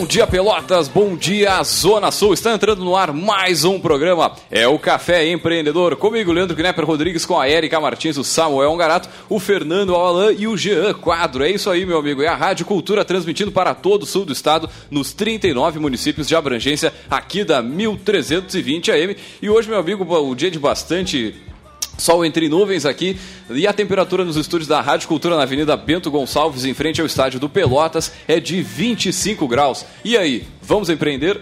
Bom dia, Pelotas, bom dia, Zona Sul. Está entrando no ar mais um programa, é o Café Empreendedor. Comigo, Leandro Knepper Rodrigues, com a Érica Martins, o Samuel Ongarato, o Fernando Alain e o Jean Quadro. É isso aí, meu amigo, é a Rádio Cultura transmitindo para todo o sul do estado, nos 39 municípios de abrangência aqui da 1320 AM. E hoje, meu amigo, o dia de bastante sol entre nuvens aqui, e a temperatura nos estúdios da Rádio Cultura na Avenida Bento Gonçalves, em frente ao estádio do Pelotas, é de 25 graus. E aí, vamos empreender?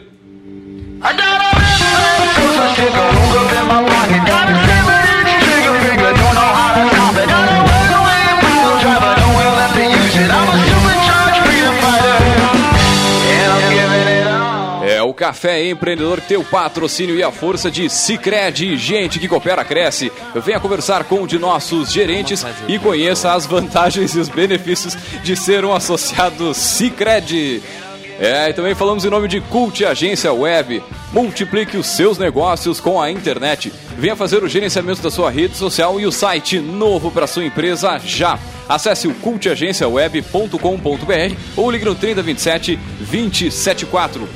O Café Empreendedor, teu patrocínio e a força de Sicredi. Gente que coopera, cresce. Venha conversar com um de nossos gerentes e conheça as vantagens e os benefícios de ser um associado Sicredi. E também falamos em nome de Cult Agência Web. Multiplique os seus negócios com a internet. Venha fazer o gerenciamento da sua rede social e o site novo para sua empresa já. Acesse o cultagenciaweb.com.br ou ligue no 3027 274.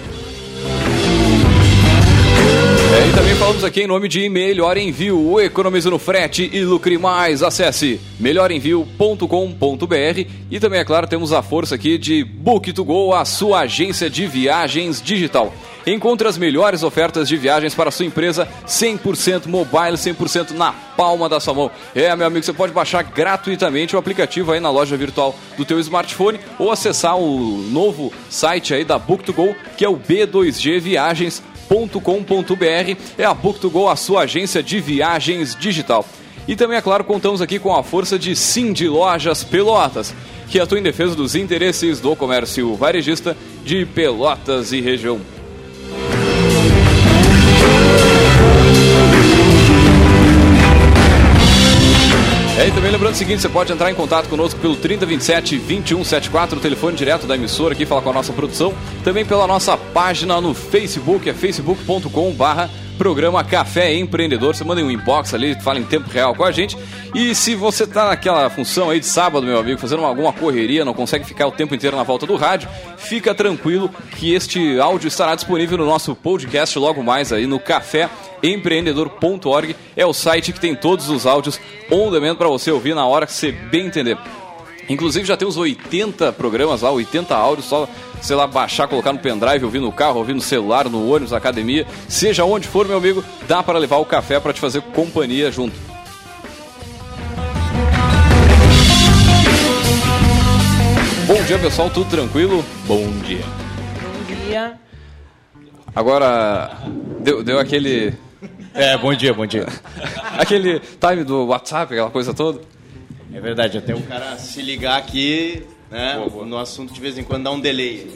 E também falamos aqui em nome de Melhor Envio, economize no frete e lucre mais. Acesse melhorenvio.com.br e também, é claro, temos a força aqui de Book2Go, a sua agência de viagens digital. Encontre as melhores ofertas de viagens para a sua empresa, 100% mobile, 100% na palma da sua mão. Meu amigo, você pode baixar gratuitamente o aplicativo aí na loja virtual do teu smartphone ou acessar o novo site aí da Book2Go, que é o b2gviagens.com.br. É a Book2Go, a sua agência de viagens digital. E também, é claro, contamos aqui com a força de Cindy Lojas Pelotas, que atua em defesa dos interesses do comércio varejista de Pelotas e região. E também lembrando o seguinte, você pode entrar em contato conosco pelo 3027-2174, o telefone direto da emissora aqui, falar com a nossa produção. Também pela nossa página no Facebook, é facebook.com/programa Café Empreendedor. Você manda um inbox ali, fala em tempo real com a gente. E se você está naquela função aí de sábado, meu amigo, fazendo alguma correria, não consegue ficar o tempo inteiro na volta do rádio, fica tranquilo que este áudio estará disponível no nosso podcast logo mais aí no caféempreendedor.org. É o site que tem todos os áudios on demand para você ouvir na hora que você bem entender. Inclusive já tem uns 80 programas lá, 80 áudios, só, sei lá, baixar, colocar no pendrive, ouvir no carro, ouvir no celular, no ônibus, na academia, seja onde for, meu amigo, dá para levar o café para te fazer companhia junto. Bom dia, pessoal, tudo tranquilo? Bom dia. Bom dia. Agora, deu aquele... bom dia. Aquele time do WhatsApp, aquela coisa toda. É verdade, até o cara se ligar aqui, né, boa. No assunto de vez em quando dá um delay.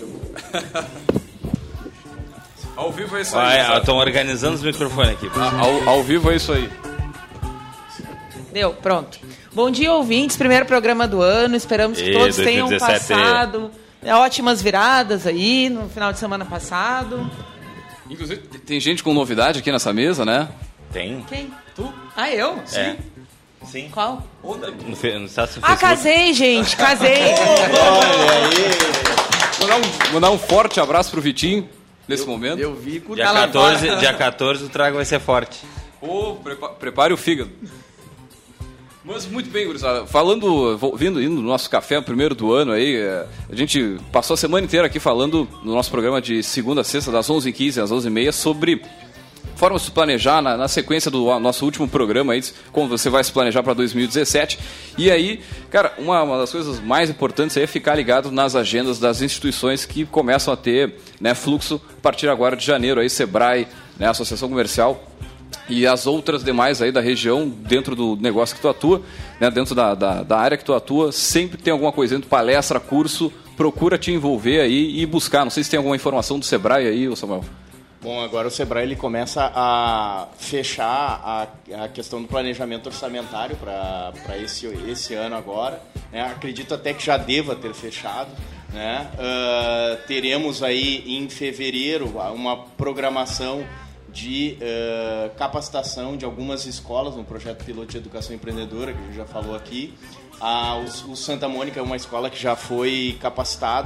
Ao vivo é isso aí. Estão organizando os microfones aqui. Ao vivo é isso aí. Deu, pronto. Bom dia, ouvintes. Primeiro programa do ano. Esperamos que todos 2017 tenham passado ótimas viradas aí no final de semana passado. Inclusive, tem gente com novidade aqui nessa mesa, né? Tem. Quem? Tu? Eu? Sim. Sim. Qual? No Facebook. Casei, gente. Casei. Olha aí. Mandar um forte abraço pro Vitinho nesse momento. Eu vi com dia 14 o trago vai ser forte. Prepare o fígado. Mas muito bem, gurizada. Indo no nosso café, o primeiro do ano aí, a gente passou a semana inteira aqui falando no nosso programa de segunda a sexta, das 11h15 às 11h30, sobre formas de se planejar na sequência do nosso último programa aí, como você vai se planejar para 2017. E aí, cara, uma das coisas mais importantes aí é ficar ligado nas agendas das instituições que começam a ter, né, fluxo a partir agora de janeiro, aí, Sebrae, né, Associação Comercial, e as outras demais aí da região, dentro do negócio que tu atua, né, dentro da área que tu atua, sempre tem alguma coisa dentro, palestra, curso, procura te envolver aí e buscar. Não sei se tem alguma informação do Sebrae aí, Samuel. Bom, agora o Sebrae ele começa a fechar a questão do planejamento orçamentário para esse ano agora, né? Acredito até que já deva ter fechado, né? Teremos aí em fevereiro uma programação de capacitação de algumas escolas, um projeto piloto de educação empreendedora, que a gente já falou aqui. O Santa Mônica é uma escola que já foi capacitada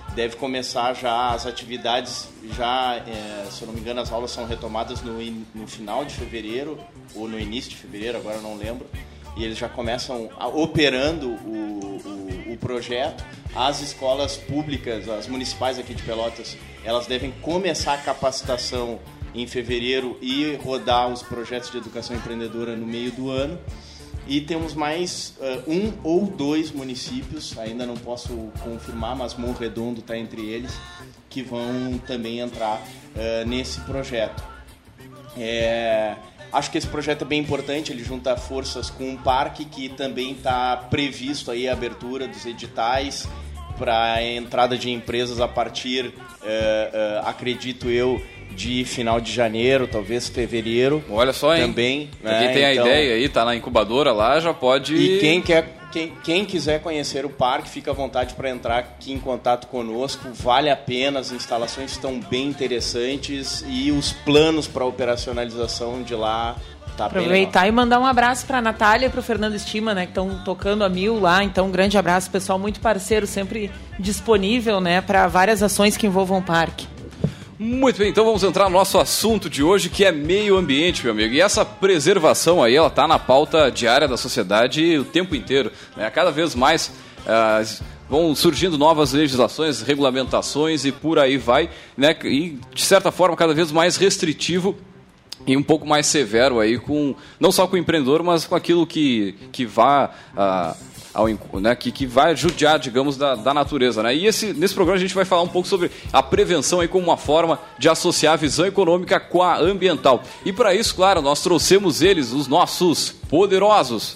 deve começar já as atividades, se eu não me engano, as aulas são retomadas no final de fevereiro, ou no início de fevereiro, agora eu não lembro, e eles já começam operando o projeto. As escolas públicas, as municipais aqui de Pelotas, elas devem começar a capacitação em fevereiro e rodar os projetos de educação empreendedora no meio do ano. E temos mais 1 ou 2 municípios, ainda não posso confirmar, mas Morro Redondo está entre eles, que vão também entrar nesse projeto. Acho que esse projeto é bem importante, ele junta forças com um parque que também está previsto aí a abertura dos editais para a entrada de empresas a partir, acredito eu, de final de janeiro, talvez fevereiro. Olha só, hein? Também. Pra quem tem a ideia aí, tá na incubadora lá, já pode... E quem quiser conhecer o parque, fica à vontade para entrar aqui em contato conosco. Vale a pena, as instalações estão bem interessantes e os planos para operacionalização de lá tá bem legal. Aproveitar e mandar um abraço para a Natália e para o Fernando Estima, né, que estão tocando a 1000 lá. Então, um grande abraço, pessoal muito parceiro, sempre disponível, né, para várias ações que envolvam o parque. Muito bem, então vamos entrar no nosso assunto de hoje, que é meio ambiente, meu amigo. E essa preservação aí, ela tá na pauta diária da sociedade o tempo inteiro, né? Cada vez mais vão surgindo novas legislações, regulamentações e por aí vai, né? E, de certa forma, cada vez mais restritivo e um pouco mais severo aí, não só com o empreendedor, mas com aquilo que vá... que vai judiar, digamos, da natureza, né? E nesse programa a gente vai falar um pouco sobre a prevenção aí como uma forma de associar a visão econômica com a ambiental. E para isso, claro, nós trouxemos eles, os nossos poderosos.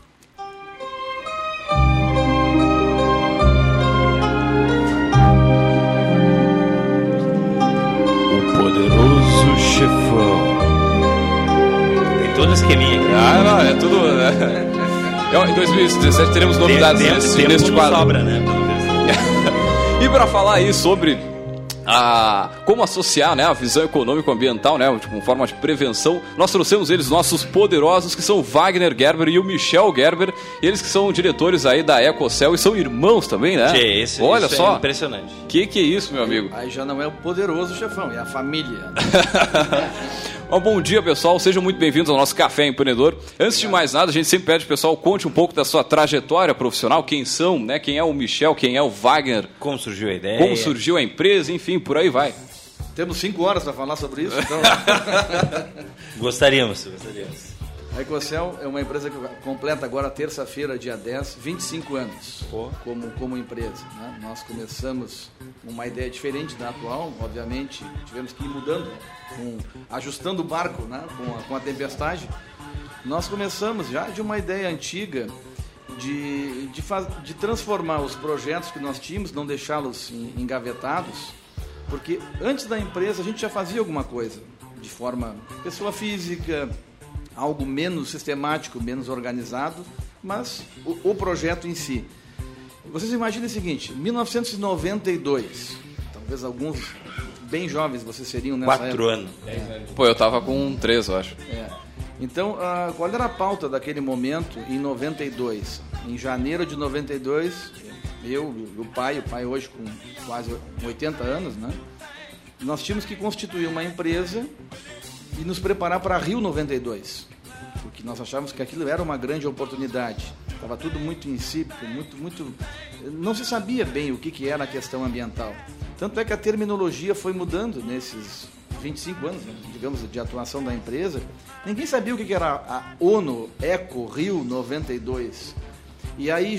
O poderoso chefão. Tem todo o esqueminha aqui. Não, é tudo... Em 2017 teremos novidades neste quadro. Sobra, né? E para falar aí sobre como associar, né, a visão econômico-ambiental, né, como forma de prevenção, nós trouxemos eles, nossos poderosos, que são o Wagner Gerber e o Michel Gerber, eles que são diretores aí da Ecocel e são irmãos também, né? Olha isso só. É impressionante. Que é isso, meu amigo? Aí já não é o poderoso chefão, é a família. Bom dia, pessoal, sejam muito bem-vindos ao nosso Café Empreendedor. Antes de mais nada, a gente sempre pede, pessoal, conte um pouco da sua trajetória profissional, quem são, né? Quem é o Michel, quem é o Wagner, como surgiu a ideia, como surgiu a empresa, enfim, por aí vai. Temos 5 horas para falar sobre isso, então... Gostaríamos. A Ecocel é uma empresa que completa agora, terça-feira, dia 10, 25 anos como empresa, né? Nós começamos uma ideia diferente da atual, obviamente, tivemos que ir mudando, ajustando o barco, né? com a tempestade. Nós começamos já de uma ideia antiga de transformar os projetos que nós tínhamos, não deixá-los engavetados, porque antes da empresa a gente já fazia alguma coisa, de forma pessoa física, algo menos sistemático, menos organizado, mas o projeto em si. Vocês imaginem o seguinte, 1992, talvez alguns bem jovens vocês seriam nessa 4 anos. Pô, eu tava com 3, eu acho. Então, qual era a pauta daquele momento em 92? Em janeiro de 92, eu e o pai hoje com quase 80 anos, né? Nós tínhamos que constituir uma empresa e nos preparar para Rio 92, porque nós achávamos que aquilo era uma grande oportunidade. Estava tudo muito insípido, muito... Não se sabia bem o que era a questão ambiental. Tanto é que a terminologia foi mudando nesses 25 anos, né, digamos, de atuação da empresa. Ninguém sabia o que era a ONU Eco Rio 92. E aí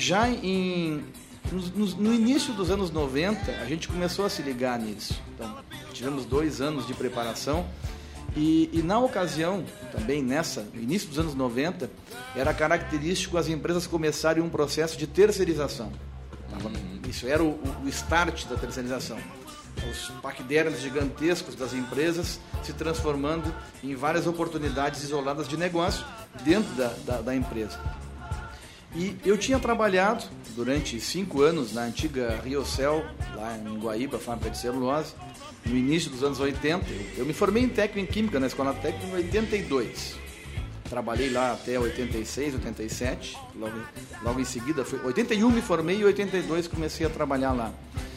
no início dos anos 90, a gente começou a se ligar nisso. Então, tivemos 2 anos de preparação e na ocasião, também no início dos anos 90, era característico as empresas começarem um processo de terceirização. Isso era o start da terceirização. Os paquidermes gigantescos das empresas se transformando em várias oportunidades isoladas de negócio dentro da empresa. E eu tinha trabalhado durante 5 anos na antiga Riocel, lá em Guaíba, fábrica de celulose, no início dos anos 80. Eu me formei em técnico em química na escola técnica em 82. Trabalhei lá até 86, 87. Logo em seguida, 81 me formei e em 82 comecei a trabalhar lá.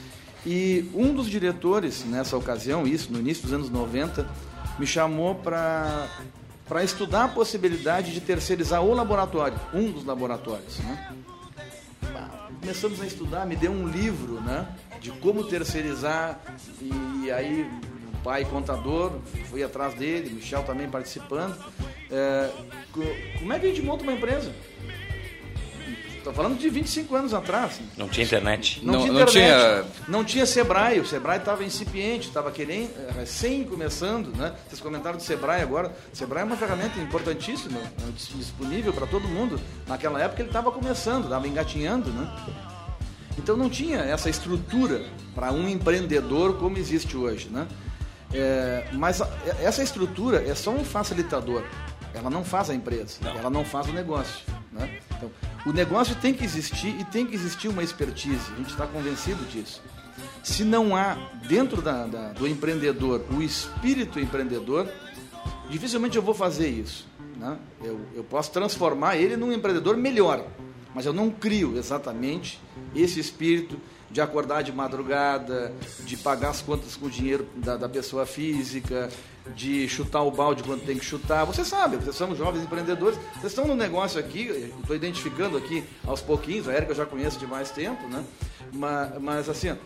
E um dos diretores, nessa ocasião, isso, no início dos anos 90, me chamou para estudar a possibilidade de terceirizar o laboratório, um dos laboratórios, né? Começamos a estudar, me deu um livro, né, de como terceirizar, e aí o pai contador, fui atrás dele, o Michel também participando. Como é que a gente monta uma empresa? Estou falando de 25 anos atrás. Não tinha internet. Não tinha Sebrae. O Sebrae estava incipiente, estava recém começando, né? Vocês comentaram do Sebrae agora. O Sebrae é uma ferramenta importantíssima, disponível para todo mundo. Naquela época ele estava começando, estava engatinhando, né? Então não tinha essa estrutura para um empreendedor como existe hoje, né? Mas essa estrutura é só um facilitador. Ela não faz a empresa, ela não faz o negócio, né? Então, o negócio tem que existir e tem que existir uma expertise, a gente está convencido disso. Se não há dentro do empreendedor o espírito empreendedor, dificilmente eu vou fazer isso, né? Eu posso transformar ele num empreendedor melhor, mas eu não crio exatamente esse espírito de acordar de madrugada, de pagar as contas com o dinheiro da pessoa física, de chutar o balde quando tem que chutar. Você sabe, vocês são jovens empreendedores, vocês estão no negócio aqui, estou identificando aqui aos pouquinhos, a Érica eu já conheço de mais tempo, né? Mas assim,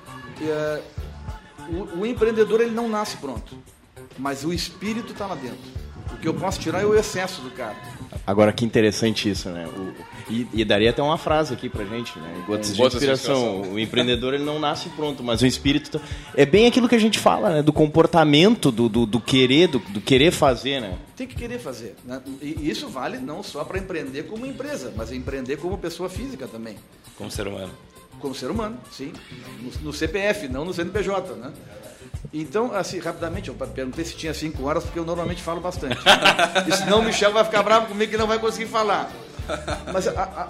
o empreendedor ele não nasce pronto, mas o espírito está lá dentro. O que eu posso tirar é o excesso do cara. Agora, que interessante isso, né? E daria até uma frase aqui pra gente, né? Gotas de inspiração. O empreendedor ele não nasce pronto, mas o espírito... É bem aquilo que a gente fala, né? Do comportamento, do querer fazer, né? Tem que querer fazer, né? E isso vale não só para empreender como empresa, mas empreender como pessoa física também. Como ser humano. Como ser humano, sim. No CPF, não no CNPJ, né? Então, assim, rapidamente, eu perguntei se tinha 5 horas, porque eu normalmente falo bastante. E senão o Michel vai ficar bravo comigo que não vai conseguir falar. Mas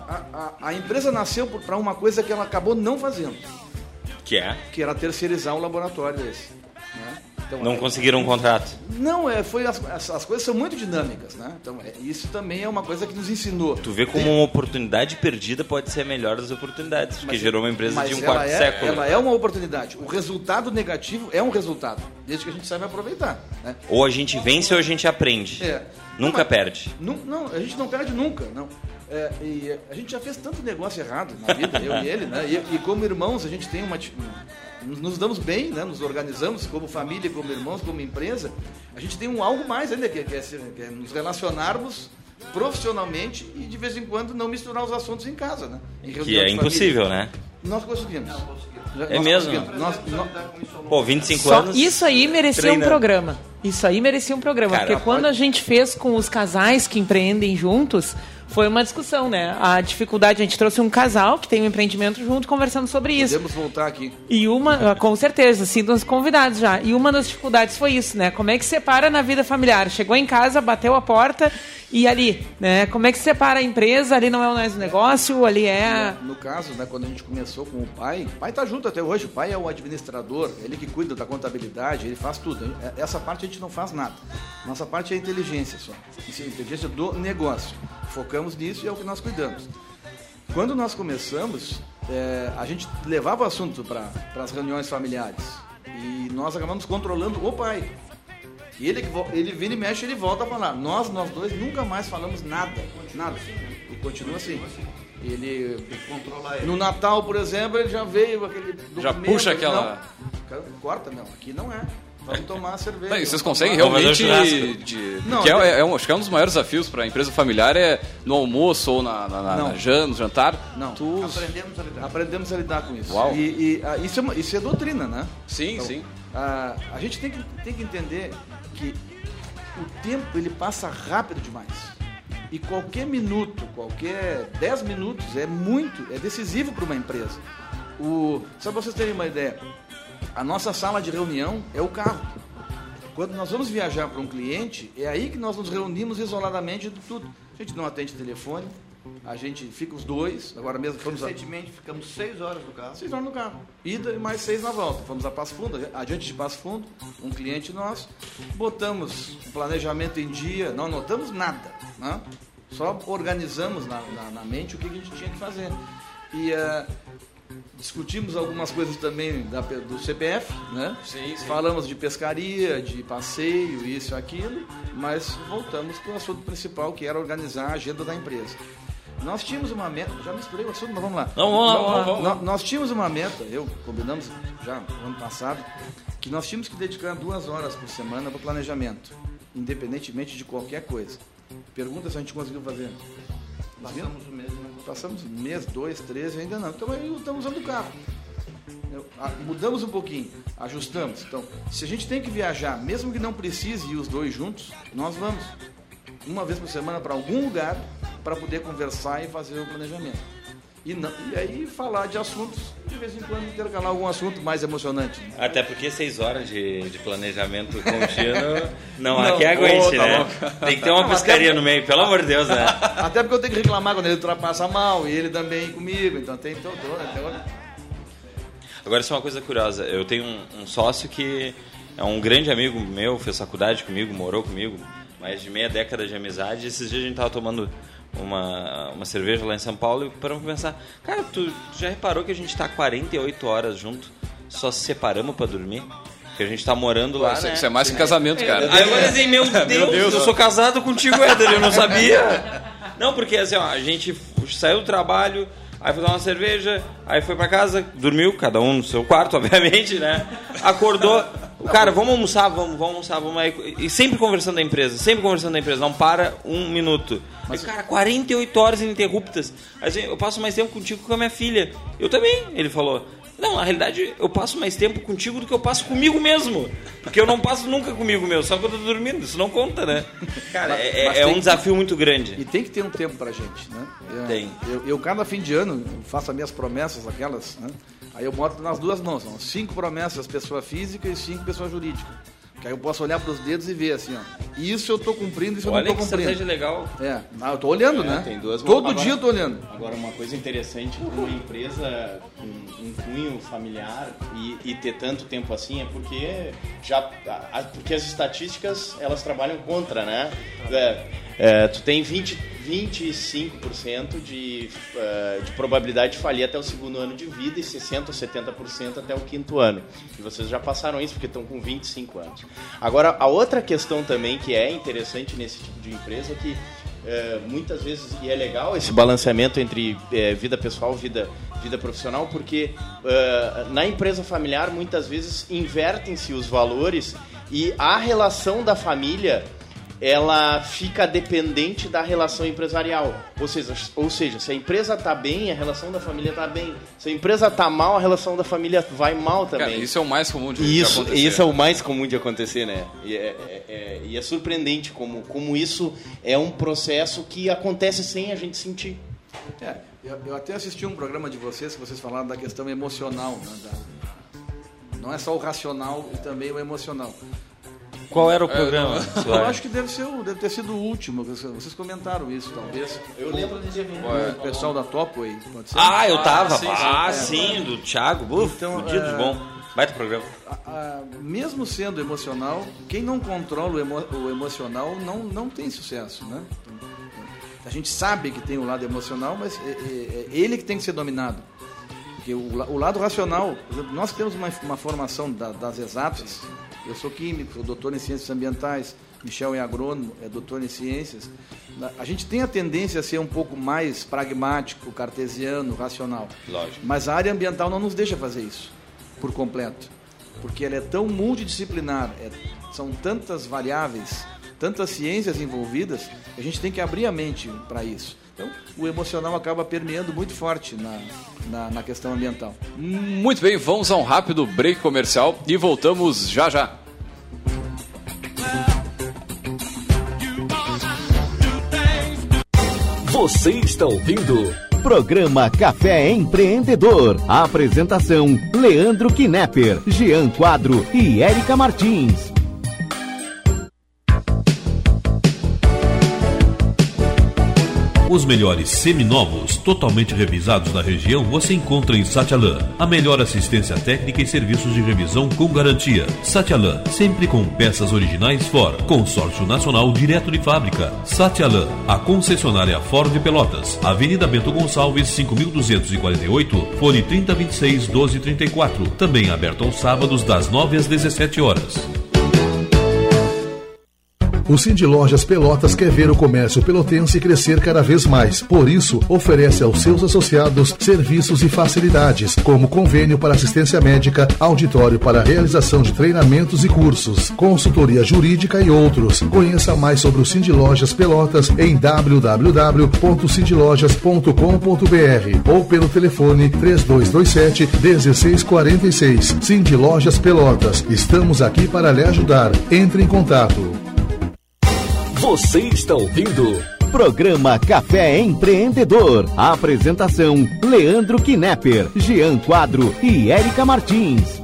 a empresa nasceu para uma coisa que ela acabou não fazendo. Que é? Que era terceirizar um laboratório desse. Né? Então, não conseguiram um contrato? Não, as coisas são muito dinâmicas, né? Então, isso também é uma coisa que nos ensinou. Tu vê como uma oportunidade perdida pode ser a melhor das oportunidades, porque gerou uma empresa de um quarto século. Ela é uma oportunidade. O resultado negativo é um resultado, desde que a gente saiba aproveitar. Né? Ou a gente vence ou a gente aprende. Nunca perde. Não, a gente não perde nunca, não. E a gente já fez tanto negócio errado na vida, eu e ele, né? E como irmãos, a gente tem nos damos bem, né? Nos organizamos como família, como irmãos, como empresa. A gente tem algo mais ainda, que é nos relacionarmos profissionalmente e de vez em quando não misturar os assuntos em casa, né? Que é impossível, né? Nós conseguimos. É mesmo? Pô, 25 anos... Isso aí merecia um programa. Isso aí merecia um programa. Cara, porque quando a gente fez com os casais que empreendem juntos, foi uma discussão, né? A dificuldade, a gente trouxe um casal que tem um empreendimento junto, conversando sobre isso. Podemos voltar aqui. E com certeza, sim, dos convidados já. E uma das dificuldades foi isso, né? Como é que separa na vida familiar? Chegou em casa, bateu a porta e ali, né? Como é que separa a empresa? Ali não é mais um negócio, ali é... No caso, né, quando a gente começou com o pai tá junto até hoje, o pai é o administrador, ele que cuida da contabilidade, ele faz tudo. Essa parte a gente não faz nada. Nossa parte é a inteligência só. Isso é a inteligência do negócio. Focamos nisso e é o que nós cuidamos. Quando nós começamos, a gente levava o assunto para as reuniões familiares e nós acabamos controlando o pai. E ele vira e mexe, ele volta a falar. Nós dois nunca mais falamos nada. E continua assim. Ele controla ele. No Natal, por exemplo, ele já veio aquele documento. Já puxa aquela... Não, corta, não. Aqui não é. Vamos tomar cerveja. Não, e vocês conseguem realmente... acho que é um dos maiores desafios para a empresa familiar no almoço ou no jantar. Não. Aprendemos a lidar com isso. Uau. Isso é doutrina, né? Sim, então, sim. A gente tem que entender que o tempo ele passa rápido demais. E qualquer minuto, qualquer 10 minutos é decisivo para uma empresa. Só para vocês terem uma ideia, a nossa sala de reunião é o carro. Quando nós vamos viajar para um cliente, é aí que nós nos reunimos isoladamente de tudo. A gente não atende telefone, a gente fica os dois, agora mesmo recentemente ficamos 6 horas no carro. 6 horas no carro. Ida e mais 6 na volta. Fomos a Passo Fundo, adiante de Passo Fundo, um cliente nosso, botamos o planejamento em dia, não anotamos nada, né? Só organizamos na mente o que a gente tinha que fazer. E Discutimos algumas coisas também do CPF, né? Sim. Falamos de pescaria, de passeio, isso e aquilo, mas voltamos para o assunto principal, que era organizar a agenda da empresa. Nós tínhamos uma meta, já misturei o assunto, mas vamos lá. Vamos lá. Nós tínhamos uma meta, combinamos já no ano passado, que nós tínhamos que dedicar 2 horas por semana para o planejamento, independentemente de qualquer coisa. Pergunta se a gente conseguiu fazer. Passamos um mês, 2, 3, ainda não. Então aí estamos usando o carro. Mudamos um pouquinho, ajustamos. Então, se a gente tem que viajar, mesmo que não precise ir os 2 juntos, nós vamos uma vez por semana para algum lugar para poder conversar e fazer o planejamento. E aí falar de assuntos, de vez em quando intercalar algum assunto mais emocionante. Até porque 6 horas de planejamento contínuo não há que aguente, né? Tem que ter uma pescaria no meio, pelo amor de Deus, né? Até porque eu tenho que reclamar quando ele ultrapassa mal e ele também comigo, então tem todo. Agora, isso é uma coisa curiosa. Eu tenho um sócio que é um grande amigo meu, fez faculdade comigo, morou comigo, mais de meia década de amizade. Esses dias a gente estava tomando uma cerveja lá em São Paulo e paramos pra pensar, cara, tu já reparou que a gente tá 48 horas junto, só se separamos pra dormir? Porque a gente tá morando lá, né? Isso é mais que casamento, cara. Aí eu falei assim, meu Deus, eu sou casado contigo, Éder, eu não sabia. Não, porque assim, ó, a gente saiu do trabalho, aí foi dar uma cerveja, aí foi pra casa, dormiu, cada um no seu quarto, obviamente, né? Acordou, cara, vamos almoçar, vamos aí. E sempre conversando da empresa, não para um minuto. Mas, cara, 48 horas ininterruptas. Assim, eu passo mais tempo contigo que com a minha filha. Eu também, ele falou. Não, na realidade, eu passo mais tempo contigo do que eu passo comigo mesmo. Porque eu não passo nunca comigo mesmo, só quando eu tô dormindo. Isso não conta, né? Cara, é um desafio muito grande. E tem que ter um tempo pra gente, né? Tem. Eu cada fim de ano, faço as minhas promessas, aquelas, né? Aí eu boto nas 2 mãos. São 5 promessas pessoa física e 5 pessoa jurídica. Que aí eu posso olhar para os dedos e ver assim, ó. Isso eu tô cumprindo, isso eu não tô cumprindo. Olha que estratégia legal. Eu tô olhando, né? Tem 2 Todo dia eu tô olhando. Agora, uma coisa interessante para uma empresa com um cunho familiar e ter tanto tempo assim é porque porque as estatísticas, elas trabalham contra, né? Tu tem 25% de probabilidade de falir até o 2º ano de vida e 60% ou 70% até o 5º ano. E vocês já passaram isso porque estão com 25 anos. Agora, a outra questão também que é interessante nesse tipo de empresa é que muitas vezes, e é legal esse balanceamento entre vida pessoal e vida profissional, porque na empresa familiar muitas vezes invertem-se os valores e a relação da família ela fica dependente da relação empresarial. Ou seja, se a empresa está bem, a relação da família está bem. Se a empresa está mal, a relação da família vai mal também. Cara, isso é o mais comum de acontecer. Isso é o mais comum de acontecer, né? E é surpreendente como isso é um processo que acontece sem a gente sentir. Eu até assisti um programa de vocês que vocês falaram da questão emocional, né? Não é só o racional e também o emocional. Qual era o programa? Eu acho que deve ter sido o último. Vocês comentaram isso, talvez. Eu lembro de o pessoal da Topway, pode ser? Eu tava. Sim, do Thiago. Então, de bom. Baita programa. Mesmo sendo emocional, quem não controla o emocional não tem sucesso, né? A gente sabe que tem um lado emocional, mas é ele que tem que ser dominado. Porque o lado racional, nós temos uma formação das exatas. Eu sou químico, sou doutor em ciências ambientais, Michel é agrônomo, é doutor em ciências. A gente tem a tendência a ser um pouco mais pragmático, cartesiano, racional. Lógico. Mas a área ambiental não nos deixa fazer isso por completo. Porque ela é tão multidisciplinar, são tantas variáveis, tantas ciências envolvidas, que a gente tem que abrir a mente para isso. Então, o emocional acaba permeando muito forte na questão ambiental. Muito bem, vamos a um rápido break comercial e voltamos já já. Você está ouvindo Programa Café Empreendedor. A apresentação: Leandro Knepper, Jean Quadro e Érica Martins. Os melhores seminovos, totalmente revisados da região, você encontra em Satialan. A melhor assistência técnica e serviços de revisão com garantia. Satialan, sempre com peças originais Ford. Consórcio Nacional direto de fábrica. Satialan, a concessionária Ford Pelotas. Avenida Bento Gonçalves, 5248, fone 3026-1234. Também aberto aos sábados das 9 às 17 horas. O Cindy Lojas Pelotas quer ver o comércio pelotense crescer cada vez mais. Por isso, oferece aos seus associados serviços e facilidades, como convênio para assistência médica, auditório para realização de treinamentos e cursos, consultoria jurídica e outros. Conheça mais sobre o Cindy Lojas Pelotas em www.cindylojas.com.br ou pelo telefone 3227-1646. Cindy Lojas Pelotas. Estamos aqui para lhe ajudar. Entre em contato. Você está ouvindo Programa Café Empreendedor. A apresentação: Leandro Knepper, Jean Quadro e Érica Martins.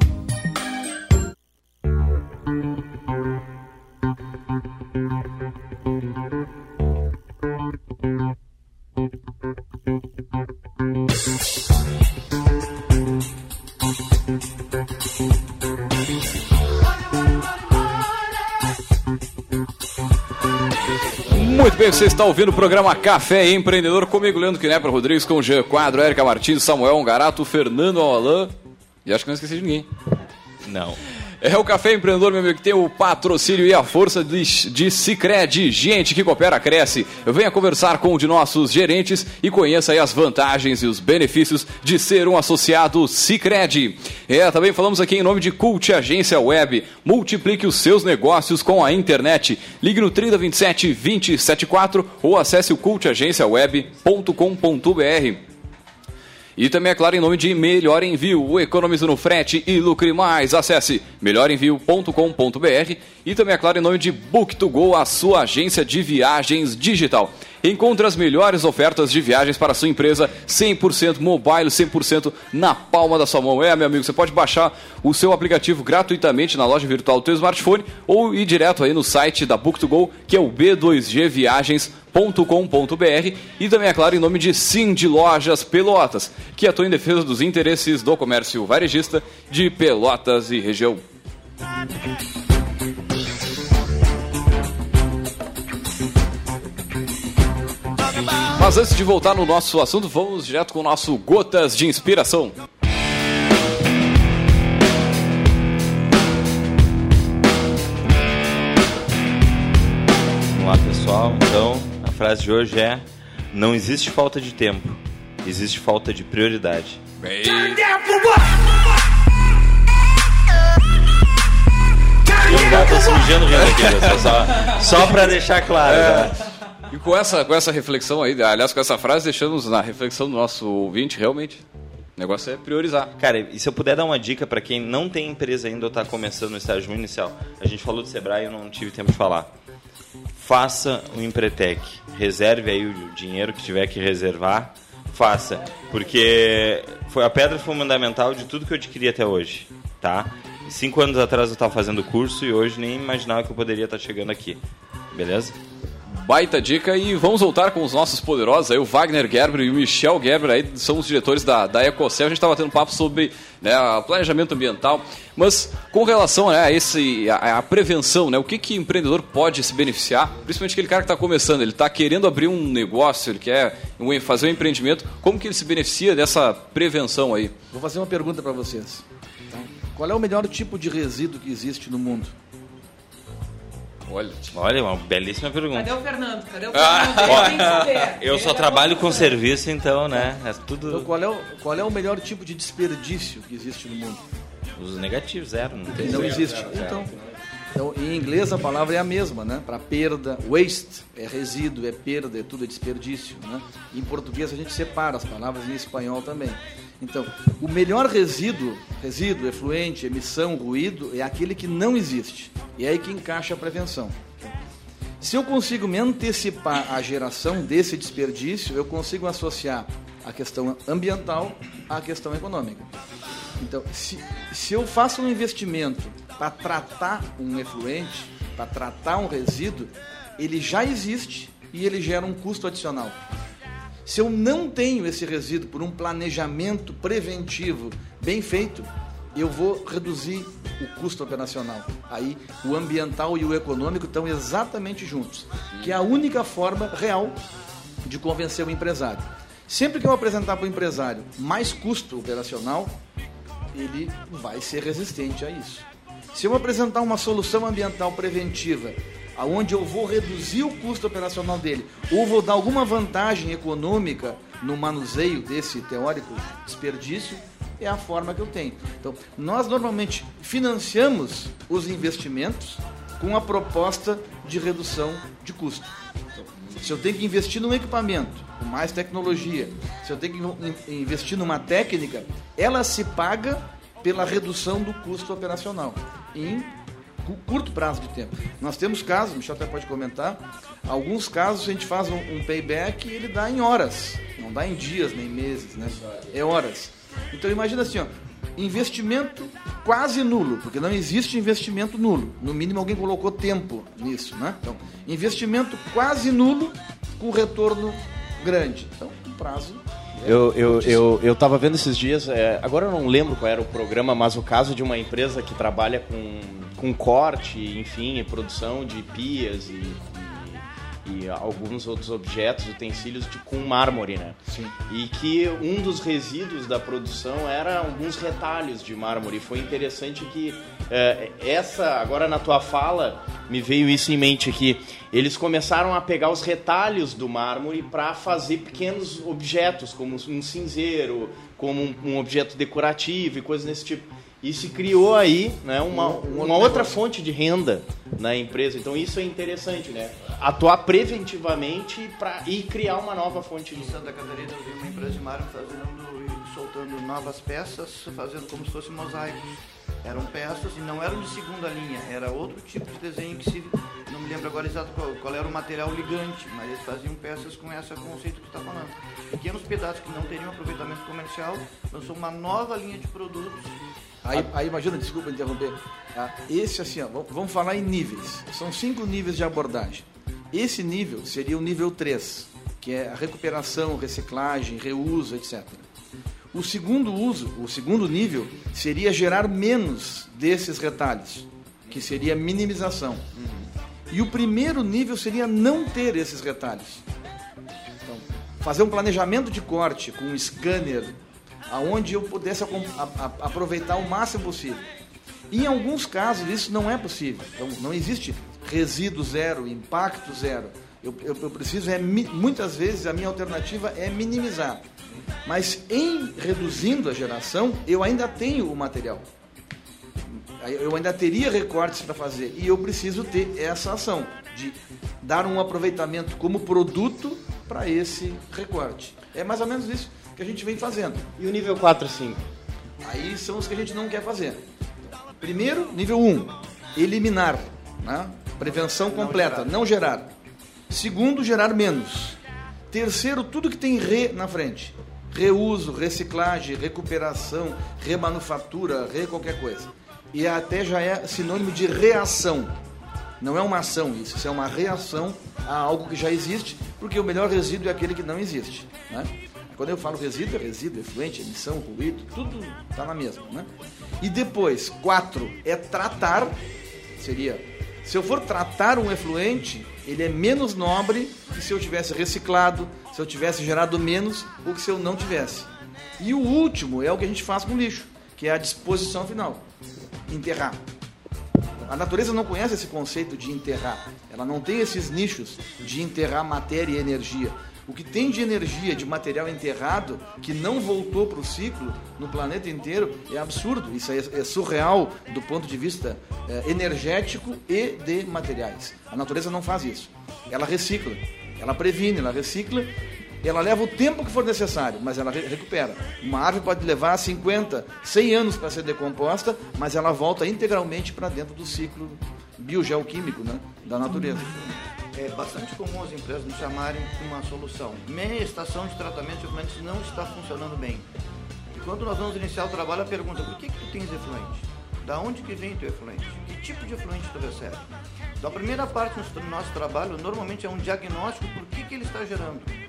Muito bem, você está ouvindo o programa Café Empreendedor comigo, Leandro Knepper Rodrigues, com o Jean Quadro, Érica Martins, Samuel Ongarato, Fernando Alain e acho que não esqueci de ninguém. Não. É o Café Empreendedor, meu amigo, que tem o patrocínio e a força de Sicredi. Gente que coopera, cresce. Venha conversar com um de nossos gerentes e conheça aí as vantagens e os benefícios de ser um associado Sicredi. Também falamos aqui em nome de Cult Agência Web. Multiplique os seus negócios com a internet. Ligue no 3027-2074 ou acesse o cultagenciaweb.com.br. E também, é claro, em nome de Melhor Envio, economize no frete e lucre mais. Acesse melhorenvio.com.br. E também, é claro, em nome de Book2Go, a sua agência de viagens digital. Encontre as melhores ofertas de viagens para a sua empresa, 100% mobile, 100% na palma da sua mão. Meu amigo, você pode baixar o seu aplicativo gratuitamente na loja virtual do seu smartphone ou ir direto aí no site da Book2Go, que é o b2gviagens.com.br. E também, é claro, em nome de Cindy Lojas Pelotas, que atua em defesa dos interesses do comércio varejista de Pelotas e região. Mas antes de voltar no nosso assunto, vamos direto com o nosso Gotas de Inspiração. Vamos lá, pessoal. Então, a frase de hoje é: não existe falta de tempo, existe falta de prioridade. Bem... Eu tô se mijando rindo aqui, pessoal. Só pra deixar claro, né? E com essa reflexão aí, aliás, com essa frase, deixamos na reflexão do nosso ouvinte, realmente, o negócio é priorizar. Cara, e se eu puder dar uma dica para quem não tem empresa ainda ou está começando no estágio inicial, a gente falou do Sebrae e eu não tive tempo de falar. Faça o Empretec, reserve aí o dinheiro que tiver que reservar, faça, porque foi a pedra fundamental de tudo que eu adquiri até hoje, tá? 5 anos atrás eu estava fazendo curso e hoje nem imaginava que eu poderia estar chegando aqui, beleza? Baita dica, e vamos voltar com os nossos poderosos aí, o Wagner Gerber e o Michel Gerber aí são os diretores da Ecocel. A gente estava tendo um papo sobre, né, planejamento ambiental, mas com relação, né, a prevenção, né, o que o empreendedor pode se beneficiar, principalmente aquele cara que está começando, ele está querendo abrir um negócio, ele quer fazer um empreendimento, como que ele se beneficia dessa prevenção aí? Vou fazer uma pergunta para vocês. Qual é o melhor tipo de resíduo que existe no mundo? Olha, uma belíssima pergunta. Cadê o Fernando? Tem que saber. Eu só trabalho com serviço, então, né? É tudo... Então, qual é o melhor tipo de desperdício que existe no mundo? Os negativos, zero. Não existe. Então, em inglês a palavra é a mesma, né? Para perda, waste é resíduo, é perda, é tudo é desperdício, né? Em português a gente separa as palavras, em espanhol também. Então, o melhor resíduo, efluente, emissão, ruído, é aquele que não existe. E é aí que encaixa a prevenção. Se eu consigo me antecipar à geração desse desperdício, eu consigo associar a questão ambiental à questão econômica. Então, se eu faço um investimento para tratar um efluente, para tratar um resíduo, ele já existe e ele gera um custo adicional. Se eu não tenho esse resíduo por um planejamento preventivo bem feito, eu vou reduzir o custo operacional. Aí o ambiental e o econômico estão exatamente juntos, que é a única forma real de convencer o empresário. Sempre que eu apresentar para o empresário mais custo operacional, ele vai ser resistente a isso. Se eu apresentar uma solução ambiental preventiva, aonde eu vou reduzir o custo operacional dele, ou vou dar alguma vantagem econômica no manuseio desse teórico desperdício, é a forma que eu tenho. Então, nós normalmente financiamos os investimentos com a proposta de redução de custo. Então, se eu tenho que investir num equipamento com mais tecnologia, se eu tenho que investir numa técnica, ela se paga pela redução do custo operacional em curto prazo de tempo. Nós temos casos, o Michel até pode comentar, alguns casos a gente faz um payback e ele dá em horas, não dá em dias nem meses, né? É horas. Então imagina assim, ó, investimento quase nulo, porque não existe investimento nulo. No mínimo alguém colocou tempo nisso, né? Então, investimento quase nulo com retorno grande. Então, um prazo. Eu estava vendo esses dias, agora eu não lembro qual era o programa, mas o caso de uma empresa que trabalha com corte, enfim, e produção de pias e alguns outros objetos, utensílios com mármore, né? Sim. E que um dos resíduos da produção era alguns retalhos de mármore. Foi interessante que agora na tua fala me veio isso em mente aqui. Eles começaram a pegar os retalhos do mármore para fazer pequenos objetos, como um cinzeiro, como um objeto decorativo e coisas desse tipo. E se criou aí, né, uma outra fonte de renda na empresa. Então isso é interessante, né? Atuar preventivamente e criar uma nova fonte de renda. Em Santa Catarina eu vi uma empresa de mármore soltando novas peças, fazendo como se fossem mosaicos. Eram peças e não eram de segunda linha, era outro tipo de desenho que não me lembro agora exato qual era o material ligante, mas eles faziam peças com esse conceito que você está falando. Pequenos pedaços que não teriam aproveitamento comercial, lançou uma nova linha de produtos. Aí imagina, desculpa interromper, esse assim, ó, vamos falar em níveis, são 5 níveis de abordagem. Esse nível seria o nível 3, que é a recuperação, reciclagem, reuso, etc. O segundo nível seria gerar menos desses retalhos, que seria a minimização. E o primeiro nível seria não ter esses retalhos. Então, fazer um planejamento de corte com um scanner, aonde eu pudesse aproveitar o máximo possível. Em alguns casos isso não é possível. Então, não existe resíduo zero, impacto zero. Eu preciso, muitas vezes a minha alternativa é minimizar. Mas em reduzindo a geração, eu ainda tenho o material. Eu ainda teria recortes para fazer. E eu preciso ter essa ação de dar um aproveitamento como produto para esse recorte. É mais ou menos isso que a gente vem fazendo. E o nível 4 e 5? Aí são os que a gente não quer fazer. Primeiro, nível 1, eliminar, né? Prevenção completa, não gerar. Segundo, gerar menos. Terceiro, tudo que tem na frente. Reuso, reciclagem, recuperação, remanufatura, qualquer coisa. E até já é sinônimo de reação. Não é uma ação isso é uma reação a algo que já existe, porque o melhor resíduo é aquele que não existe, né? Quando eu falo resíduo, é resíduo, efluente, emissão, ruído, tudo está na mesma, né? E depois, 4, é tratar, se eu for tratar um efluente, ele é menos nobre que se eu tivesse reciclado, se eu tivesse gerado menos, ou que se eu não tivesse. E o último é o que a gente faz com lixo, que é a disposição final, enterrar. A natureza não conhece esse conceito de enterrar, ela não tem esses nichos de enterrar matéria e energia. O que tem de energia, de material enterrado, que não voltou para o ciclo no planeta inteiro, é absurdo. Isso é surreal do ponto de vista energético e de materiais. A natureza não faz isso. Ela recicla, ela previne, ela recicla, ela leva o tempo que for necessário, mas ela recupera. Uma árvore pode levar 50, 100 anos para ser decomposta, mas ela volta integralmente para dentro do ciclo biogeoquímico, né, da natureza. É bastante comum as empresas nos chamarem de uma solução. Minha estação de tratamento de efluentes não está funcionando bem. E quando nós vamos iniciar o trabalho, a pergunta: por que tu tens efluente? Da onde que vem teu efluente? Que tipo de efluente tu recebe? Então a primeira parte do nosso trabalho normalmente é um diagnóstico por que ele está gerando.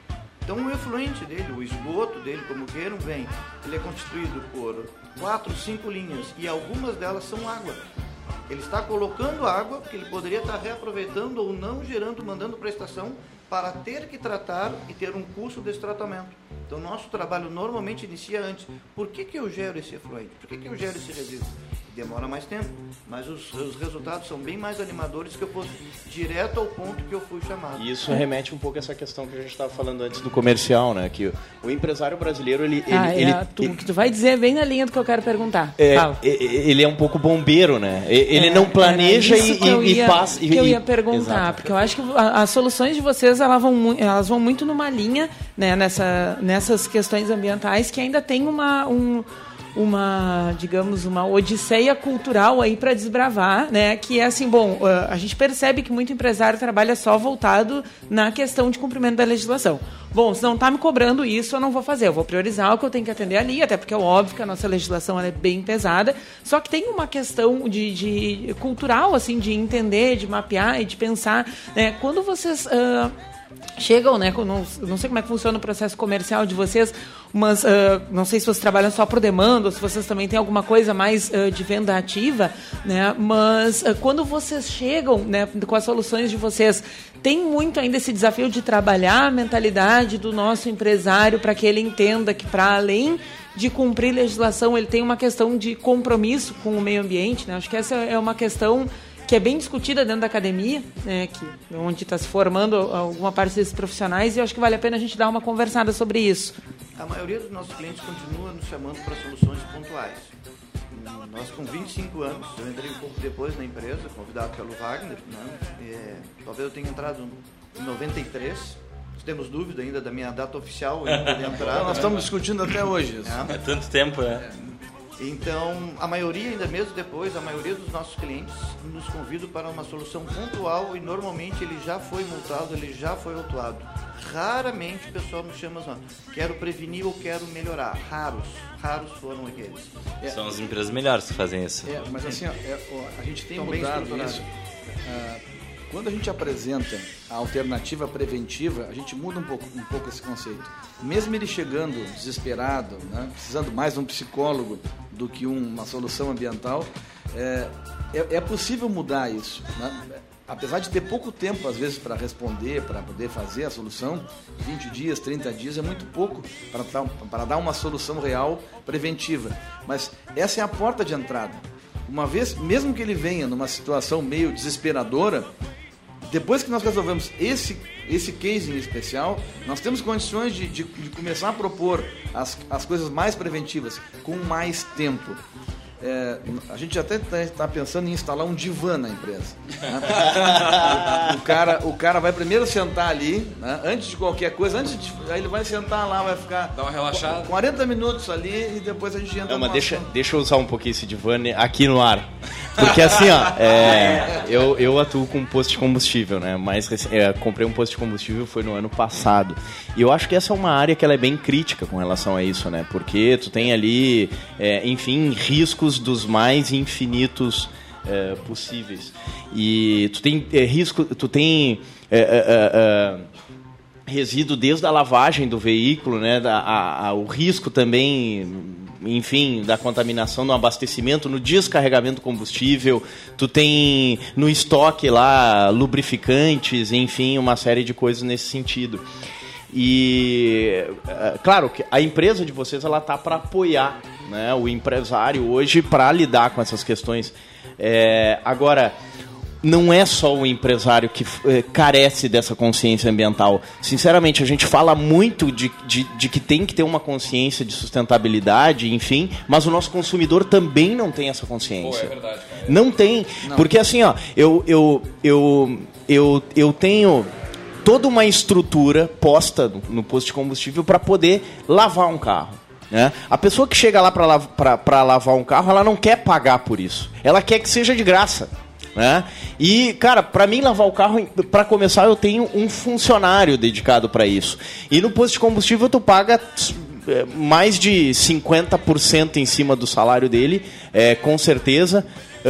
Então o efluente dele, o esgoto dele, como queiram, ele é constituído por 4, 5 linhas e algumas delas são água. Ele está colocando água, porque ele poderia estar reaproveitando ou não mandando para a estação para ter que tratar e ter um custo desse tratamento. Então, nosso trabalho normalmente inicia antes. Por que eu gero esse efluente? Por que eu gero esse resíduo? Demora mais tempo, mas os resultados são bem mais animadores que eu fosse direto ao ponto que eu fui chamado. E isso remete um pouco a essa questão que a gente estava falando antes do comercial, né? Que o empresário brasileiro, que tu vai dizer bem na linha do que eu quero perguntar. Ele é um pouco bombeiro, né? Ele não planeja e passa... Que eu ia perguntar, exato. Porque eu acho que as soluções de vocês elas vão muito numa linha, né, nessas questões ambientais que ainda tem uma odisseia cultural aí para desbravar, né? Que é assim, a gente percebe que muito empresário trabalha só voltado na questão de cumprimento da legislação. Bom, se não está me cobrando isso, eu não vou fazer. Eu vou priorizar o que eu tenho que atender ali, até porque é óbvio que a nossa legislação ela é bem pesada. Só que tem uma questão de cultural, assim, de entender, de mapear e de pensar, né? Quando vocês chegam, né? Não sei como é que funciona o processo comercial de vocês, mas não sei se vocês trabalham só por demanda ou se vocês também têm alguma coisa mais de venda ativa, né? Mas quando vocês chegam, né, com as soluções de vocês, tem muito ainda esse desafio de trabalhar a mentalidade do nosso empresário para que ele entenda que, para além de cumprir legislação, ele tem uma questão de compromisso com o meio ambiente, né? Acho que essa é uma questão que é bem discutida dentro da academia, né, onde está se formando alguma parte desses profissionais, e eu acho que vale a pena a gente dar uma conversada sobre isso. A maioria dos nossos clientes continua nos chamando para soluções pontuais. Nós, com 25 anos, eu entrei um pouco depois na empresa, convidado pelo Wagner, né, talvez eu tenha entrado em 93, temos dúvida ainda da minha data oficial de entrada. Nós estamos discutindo até hoje. É tanto tempo, Então, a maioria, ainda mesmo depois, a maioria dos nossos clientes nos convidam para uma solução pontual e normalmente ele já foi multado, ele já foi autuado. Raramente o pessoal nos chama assim, quero prevenir ou quero melhorar. Raros foram aqueles. São as empresas melhores que fazem isso. Mas assim, a gente tem mudado isso. Quando a gente apresenta a alternativa preventiva, a gente muda um pouco esse conceito. Mesmo ele chegando desesperado, né, precisando mais de um psicólogo do que uma solução ambiental, é possível mudar isso, né? Apesar de ter pouco tempo, às vezes, para responder, para poder fazer a solução, 20 dias, 30 dias é muito pouco para dar uma solução real preventiva. Mas essa é a porta de entrada. Uma vez, mesmo que ele venha numa situação meio desesperadora, depois que nós resolvemos esse case em especial, nós temos condições de começar a propor as coisas mais preventivas com mais tempo. A gente até está pensando em instalar um divã na empresa. Né? O cara vai primeiro sentar ali, né? Antes de qualquer coisa, aí ele vai sentar lá, vai ficar... Dá uma relaxada. 40 minutos ali e depois a gente entra... Não, mas deixa eu usar um pouquinho esse divã aqui no ar. Porque assim, eu atuo com posto de combustível, né? Mas comprei um posto de combustível, foi no ano passado. E eu acho que essa é uma área que ela é bem crítica com relação a isso, né? Porque tu tem ali, enfim, riscos dos mais infinitos possíveis. E tu tem resíduo desde a lavagem do veículo, né? O risco também, enfim, da contaminação no abastecimento, no descarregamento do combustível. Tu tem no estoque lá lubrificantes, enfim, uma série de coisas nesse sentido. E, claro, que a empresa de vocês ela tá para apoiar, né, o empresário hoje para lidar com essas questões. Agora, não é só o empresário que carece dessa consciência ambiental. Sinceramente, a gente fala muito de que tem que ter uma consciência de sustentabilidade, enfim, mas o nosso consumidor também não tem essa consciência. É verdade, cara. Não tem. Não. Porque assim, eu tenho toda uma estrutura posta no posto de combustível para poder lavar um carro. Né? A pessoa que chega lá para lavar um carro, ela não quer pagar por isso. Ela quer que seja de graça. Né? E, cara, para mim lavar o carro, para começar, eu tenho um funcionário dedicado para isso. E no posto de combustível tu paga mais de 50% em cima do salário dele, com certeza,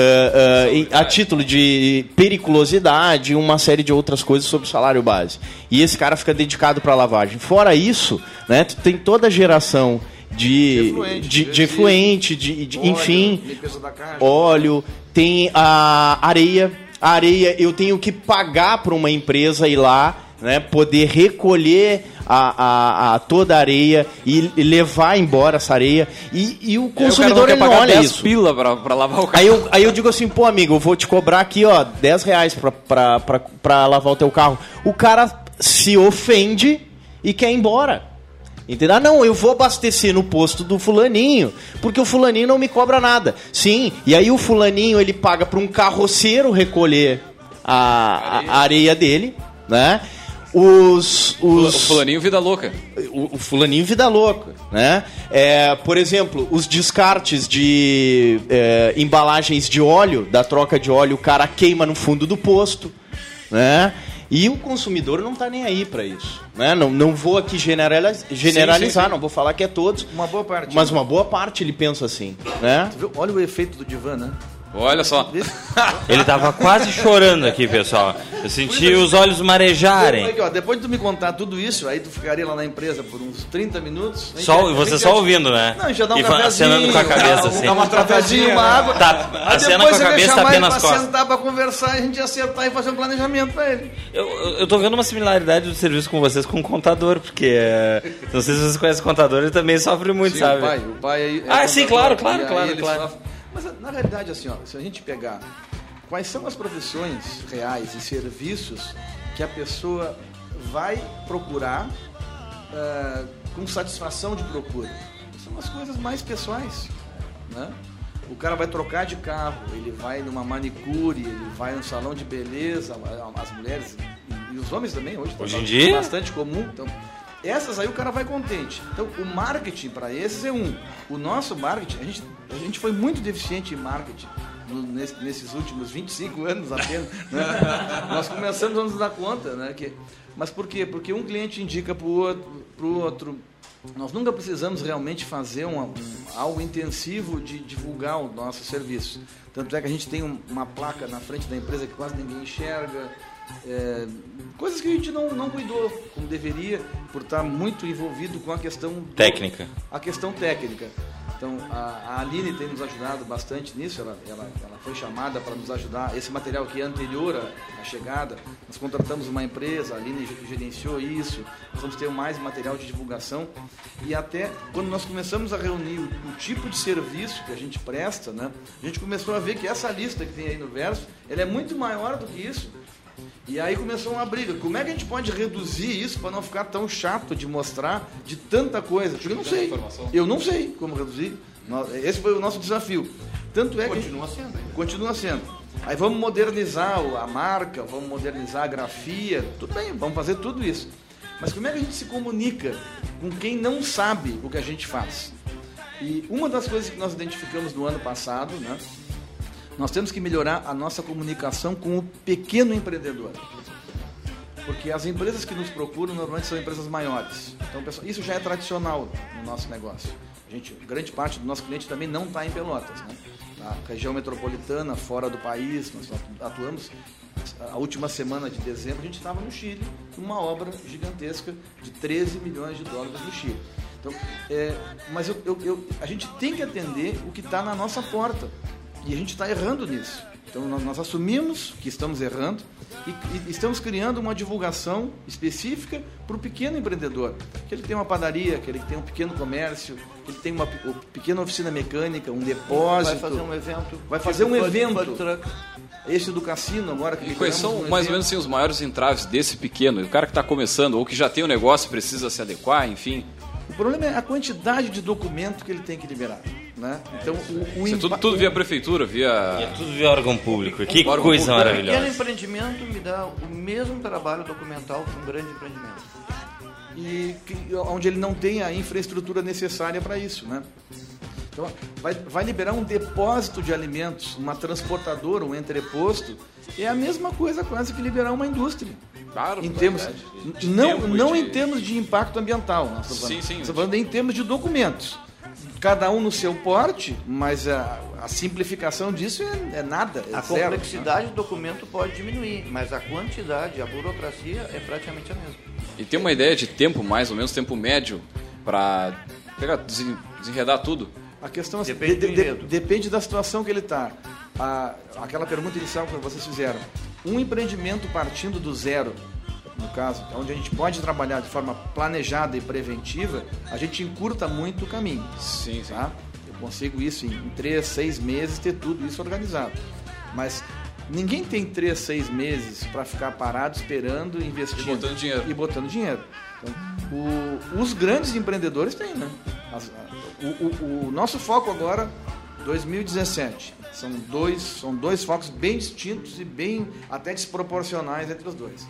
a título de periculosidade e uma série de outras coisas sobre o salário base. E esse cara fica dedicado para a lavagem. Fora isso, né, tu tem toda a geração de efluente, enfim, óleo, tem a areia. A areia eu tenho que pagar para uma empresa ir lá, né, poder recolher toda a areia e levar embora essa areia. E o consumidor ele não olha isso. Pila pra lavar o carro. Aí eu digo assim, pô, amigo, eu vou te cobrar aqui, ó, R$10 pra lavar o teu carro. O cara se ofende e quer ir embora. Entendeu? Não, eu vou abastecer no posto do fulaninho, porque o fulaninho não me cobra nada. Sim, e aí o fulaninho ele paga para um carroceiro recolher a areia dele, né? O fulaninho vida louca. O fulaninho vida louca, né? Por exemplo, os descartes de embalagens de óleo, da troca de óleo, o cara queima no fundo do posto, né? E o consumidor não está nem aí para isso, né? Não vou aqui generalizar, sim. Não vou falar que é todos. Uma boa parte. Mas uma boa parte ele pensa assim, né? Olha o efeito do divã, né? Olha só. Ele tava quase chorando aqui, pessoal. Eu senti os olhos marejarem. Aqui, ó, depois de tu me contar tudo isso, aí tu ficaria lá na empresa por uns 30 minutos. E você só ouvindo, né? Não, já dá um cafezinho, acenando com a cabeça, assim. Dá um cafezinho, uma água. Tá, acena com a cabeça, tapando nas costas. Pra sentar, pra conversar, a gente acertar e fazer um planejamento pra ele. Eu tô vendo uma similaridade do serviço com vocês com o contador, porque não sei se vocês conhecem o contador, ele também sofre muito, sim, sabe? O pai aí sim, claro. Mas, na realidade, assim, ó, se a gente pegar quais são as profissões reais e serviços que a pessoa vai procurar com satisfação de procura, são as coisas mais pessoais, né? O cara vai trocar de carro, ele vai numa manicure, ele vai num salão de beleza, as mulheres e os homens também, hoje em dia é bastante comum, então... Essas aí o cara vai contente. Então, o marketing para esses é um. O nosso marketing, a gente foi muito deficiente em marketing nesses últimos 25 anos apenas. Né? Nós começamos a nos dar conta, né? Mas por quê? Porque um cliente indica para o outro. Nós nunca precisamos realmente fazer algo intensivo de divulgar o nosso serviço. Tanto é que a gente tem uma placa na frente da empresa que quase ninguém enxerga. Coisas que a gente não cuidou como deveria, por estar muito envolvido com a questão técnica. A questão técnica. Então, a Aline tem nos ajudado bastante nisso. Ela foi chamada para nos ajudar. Esse material aqui é anterior à chegada. Nós contratamos uma empresa, a Aline gerenciou isso. Nós vamos ter mais material de divulgação. E até quando nós começamos a reunir o tipo de serviço que a gente presta, né, a gente começou a ver que essa lista que tem aí no verso, ela é muito maior do que isso. E aí começou uma briga. Como é que a gente pode reduzir isso para não ficar tão chato de mostrar de tanta coisa? Porque eu não sei como reduzir. Esse foi o nosso desafio. Tanto é que continua sendo. Aí vamos modernizar a marca, vamos modernizar a grafia, tudo bem, vamos fazer tudo isso. Mas como é que a gente se comunica com quem não sabe o que a gente faz? E uma das coisas que nós identificamos no ano passado, né? Nós temos que melhorar a nossa comunicação com o pequeno empreendedor. Porque as empresas que nos procuram normalmente são empresas maiores. Então, pessoal, isso já é tradicional no nosso negócio. Grande parte do nosso cliente também não está em Pelotas, né? Na região metropolitana, fora do país, nós atuamos. A última semana de dezembro a gente estava no Chile, numa obra gigantesca de 13 milhões de dólares no Chile. Então, mas a gente tem que atender o que está na nossa porta. E a gente está errando nisso. Então, nós assumimos que estamos errando e estamos criando uma divulgação específica para o pequeno empreendedor. Que ele tem uma padaria, que ele tem um pequeno comércio, que ele tem uma pequena oficina mecânica, um depósito. Vai fazer um evento. Esse do cassino agora. E quais são mais ou menos assim, os maiores entraves desse pequeno? O cara que está começando ou que já tem um negócio precisa se adequar, enfim... O problema é a quantidade de documento que ele tem que liberar, né? Então, tudo via prefeitura, via... É tudo via órgão público. Que coisa maravilhosa. O pequeno empreendimento me dá o mesmo trabalho documental que um grande empreendimento. E onde ele não tem a infraestrutura necessária para isso, né? Então, vai liberar um depósito de alimentos, uma transportadora, um entreposto, é a mesma coisa quase que liberar uma indústria. em termos não em termos de impacto ambiental, nós estamos falando em termos de documentos. Cada um no seu porte, mas a simplificação disso é nada, é a zero. Complexidade do documento pode diminuir, mas a quantidade, a burocracia é praticamente a mesma. E tem uma ideia de tempo, mais ou menos, tempo médio, para desenredar tudo? A questão é depende da situação que ele está. Aquela pergunta inicial que vocês fizeram. Um empreendimento partindo do zero, no caso, onde a gente pode trabalhar de forma planejada e preventiva, a gente encurta muito o caminho. Sim. Tá? Eu consigo isso em 3, 6 meses, ter tudo isso organizado. Mas ninguém tem 3, 6 meses para ficar parado, esperando, investindo. E botando dinheiro. Então, os grandes empreendedores têm, né? O nosso foco agora, 2017, são dois focos bem distintos e bem até desproporcionais entre os dois.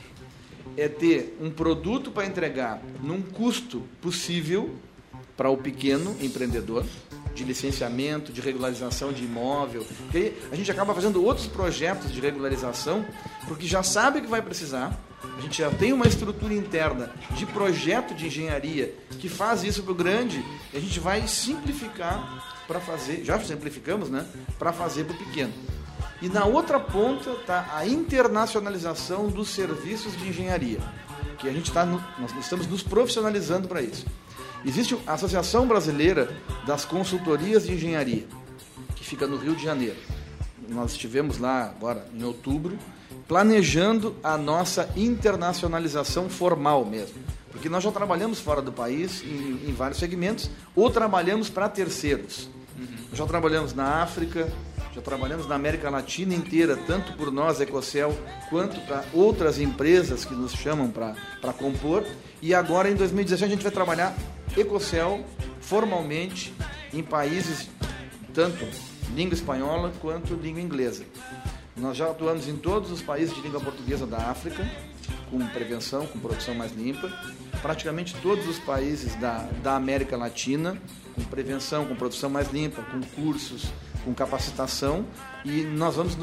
É ter um produto para entregar num custo possível para o pequeno empreendedor, de licenciamento, de regularização de imóvel. Porque aí a gente acaba fazendo outros projetos de regularização, porque já sabe que vai precisar. A gente já tem uma estrutura interna de projeto de engenharia que faz isso para o grande, e a gente vai simplificar para fazer, já simplificamos, né? Para fazer para o pequeno. E na outra ponta está a internacionalização dos serviços de engenharia, que a gente nós estamos nos profissionalizando para isso. Existe a Associação Brasileira das Consultorias de Engenharia, que fica no Rio de Janeiro. Nós estivemos lá agora em outubro, planejando a nossa internacionalização formal mesmo. Porque nós já trabalhamos fora do país em vários segmentos, ou trabalhamos para terceiros. Já trabalhamos na África, já trabalhamos na América Latina inteira, tanto por nós, Ecocel, quanto para outras empresas que nos chamam para compor. E agora, em 2017, a gente vai trabalhar Ecocel formalmente em países, tanto língua espanhola quanto língua inglesa. Nós já atuamos em todos os países de língua portuguesa da África, com prevenção, com produção mais limpa. Praticamente todos os países da América Latina, com prevenção, com produção mais limpa, com cursos, com capacitação. E nós vamos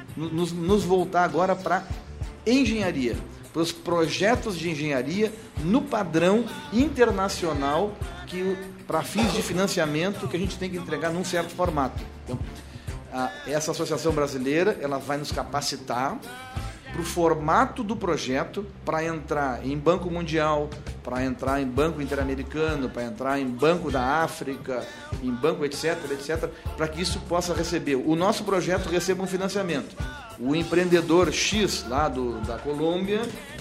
nos voltar agora para engenharia, para os projetos de engenharia no padrão internacional, para fins de financiamento que a gente tem que entregar num certo formato. Então, essa associação brasileira, ela vai nos capacitar para o formato do projeto, para entrar em Banco Mundial, para entrar em Banco Interamericano, para entrar em Banco da África, em banco etc, para que isso possa receber, o nosso projeto receba um financiamento. O empreendedor X lá da Colômbia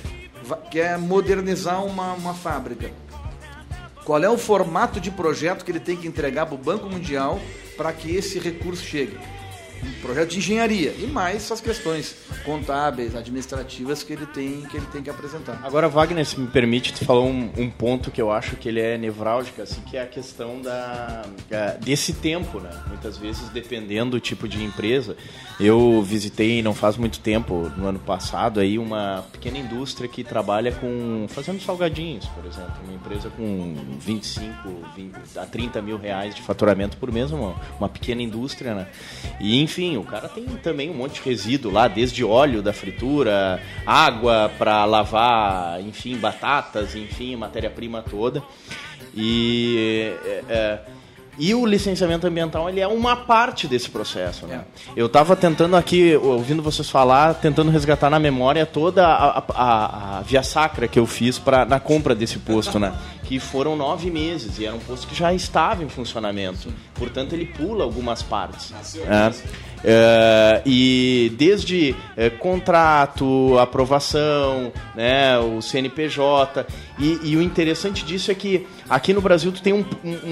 quer modernizar uma fábrica. Qual é o formato de projeto que ele tem que entregar para o Banco Mundial para que esse recurso chegue? Um projeto de engenharia e mais as questões contábeis, administrativas que ele tem que apresentar. Agora, Wagner, se me permite, tu falou um ponto que eu acho que ele é nevrálgico, assim, que é a questão desse tempo, né? Muitas vezes, dependendo do tipo de empresa. Eu visitei, não faz muito tempo, no ano passado, aí uma pequena indústria que trabalha fazendo salgadinhos, por exemplo. Uma empresa com 20 a 30 mil reais de faturamento por mês, uma pequena indústria, né? E, enfim, o cara tem também um monte de resíduo lá, desde óleo da fritura, água para lavar, enfim, batatas, enfim, matéria-prima toda. E o licenciamento ambiental, ele é uma parte desse processo, né? Eu estava tentando aqui, ouvindo vocês falar, tentando resgatar na memória toda a via sacra que eu fiz na compra desse posto, né? Que foram 9 meses e era um posto que já estava em funcionamento. Portanto, ele pula algumas partes. E desde contrato, aprovação, né, o CNPJ. E o interessante disso é que aqui no Brasil tu tem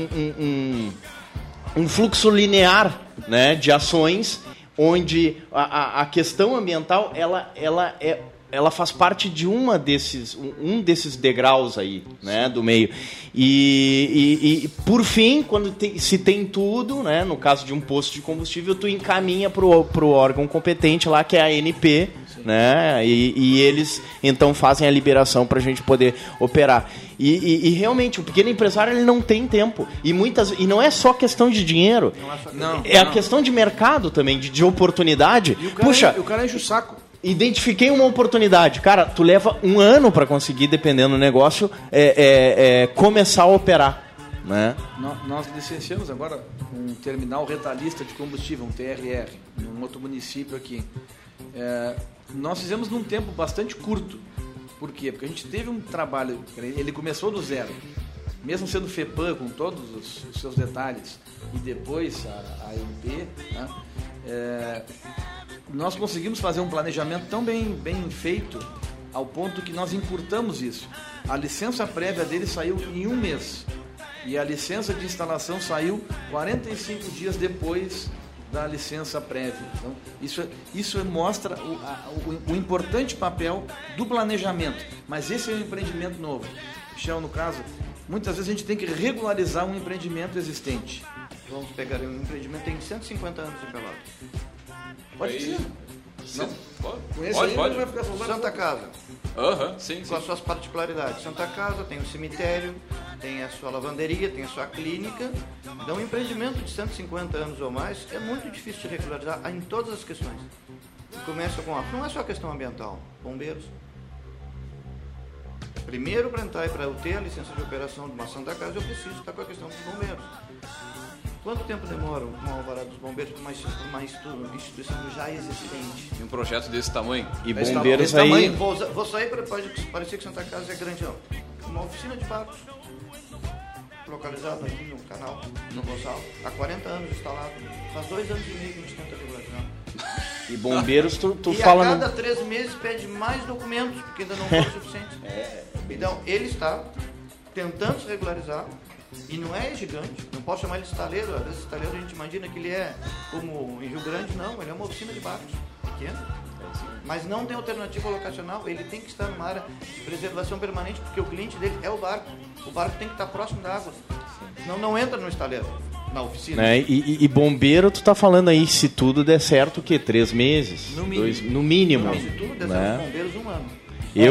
um fluxo linear, né, de ações onde a questão ambiental ela faz parte de um desses degraus aí, né, do meio. E por fim, quando se tem tudo, né, no caso de um posto de combustível, tu encaminha pro órgão competente lá, que é a ANP, né, e eles então fazem a liberação para a gente poder operar. E realmente, o pequeno empresário, ele não tem tempo. E não é só questão de dinheiro, a questão de mercado também, de oportunidade. E o cara enche o saco. identifiquei uma oportunidade. Cara, tu leva um ano para conseguir, dependendo do negócio, começar a operar. Né? Nós licenciamos agora um terminal retalhista de combustível, um TRR, num outro município aqui. Nós fizemos num tempo bastante curto. Por quê? Porque a gente teve um trabalho, ele começou do zero, mesmo sendo FEPAM, com todos os seus detalhes, e depois a ANP, né? Nós conseguimos fazer um planejamento tão bem feito, ao ponto que nós encurtamos isso. A licença prévia dele saiu em 1 mês. E a licença de instalação saiu 45 dias depois da licença prévia. Então, isso mostra o importante papel do planejamento. Mas esse é um empreendimento novo. Michel, no caso, muitas vezes a gente tem que regularizar um empreendimento existente. Vamos pegar um empreendimento que tem 150 anos em Pelotas. Pode ser. Não? Pode. Vai ficar falando. Santa Casa. Sim. Com as suas particularidades. Santa Casa tem o cemitério, tem a sua lavanderia, tem a sua clínica. Então, um empreendimento de 150 anos ou mais é muito difícil de regularizar em todas as questões. Começa com não é só a questão ambiental, bombeiros. Primeiro, para entrar e para eu ter a licença de operação de uma Santa Casa, eu preciso estar com a questão dos bombeiros. Quanto tempo demora uma alvará dos bombeiros para uma instituição já existente? Um projeto desse tamanho. E bombeiros aí... Tamanho. Vou sair para parecer que Santa Casa é grande, não. Uma oficina de barcos, localizada aqui no canal, no Gonçalo, há 40 anos instalado. Faz 2 anos e meio que a gente tenta regularizar. E bombeiros, tu e fala... a cada 3 meses pede mais documentos, porque ainda não foram suficientes. Então, ele está tentando se regularizar. E não é gigante, não posso chamar ele de estaleiro. Às vezes estaleiro a gente imagina que ele é como em Rio Grande, não, ele é uma oficina de barcos pequena, mas não tem alternativa locacional, ele tem que estar numa área de preservação permanente, porque o cliente dele é o barco tem que estar próximo da água, senão não entra no estaleiro, na oficina. E bombeiro, tu tá falando aí, se tudo der certo, o quê? 3 meses? No mínimo. Não, se tudo der certo, bombeiros 1 ano.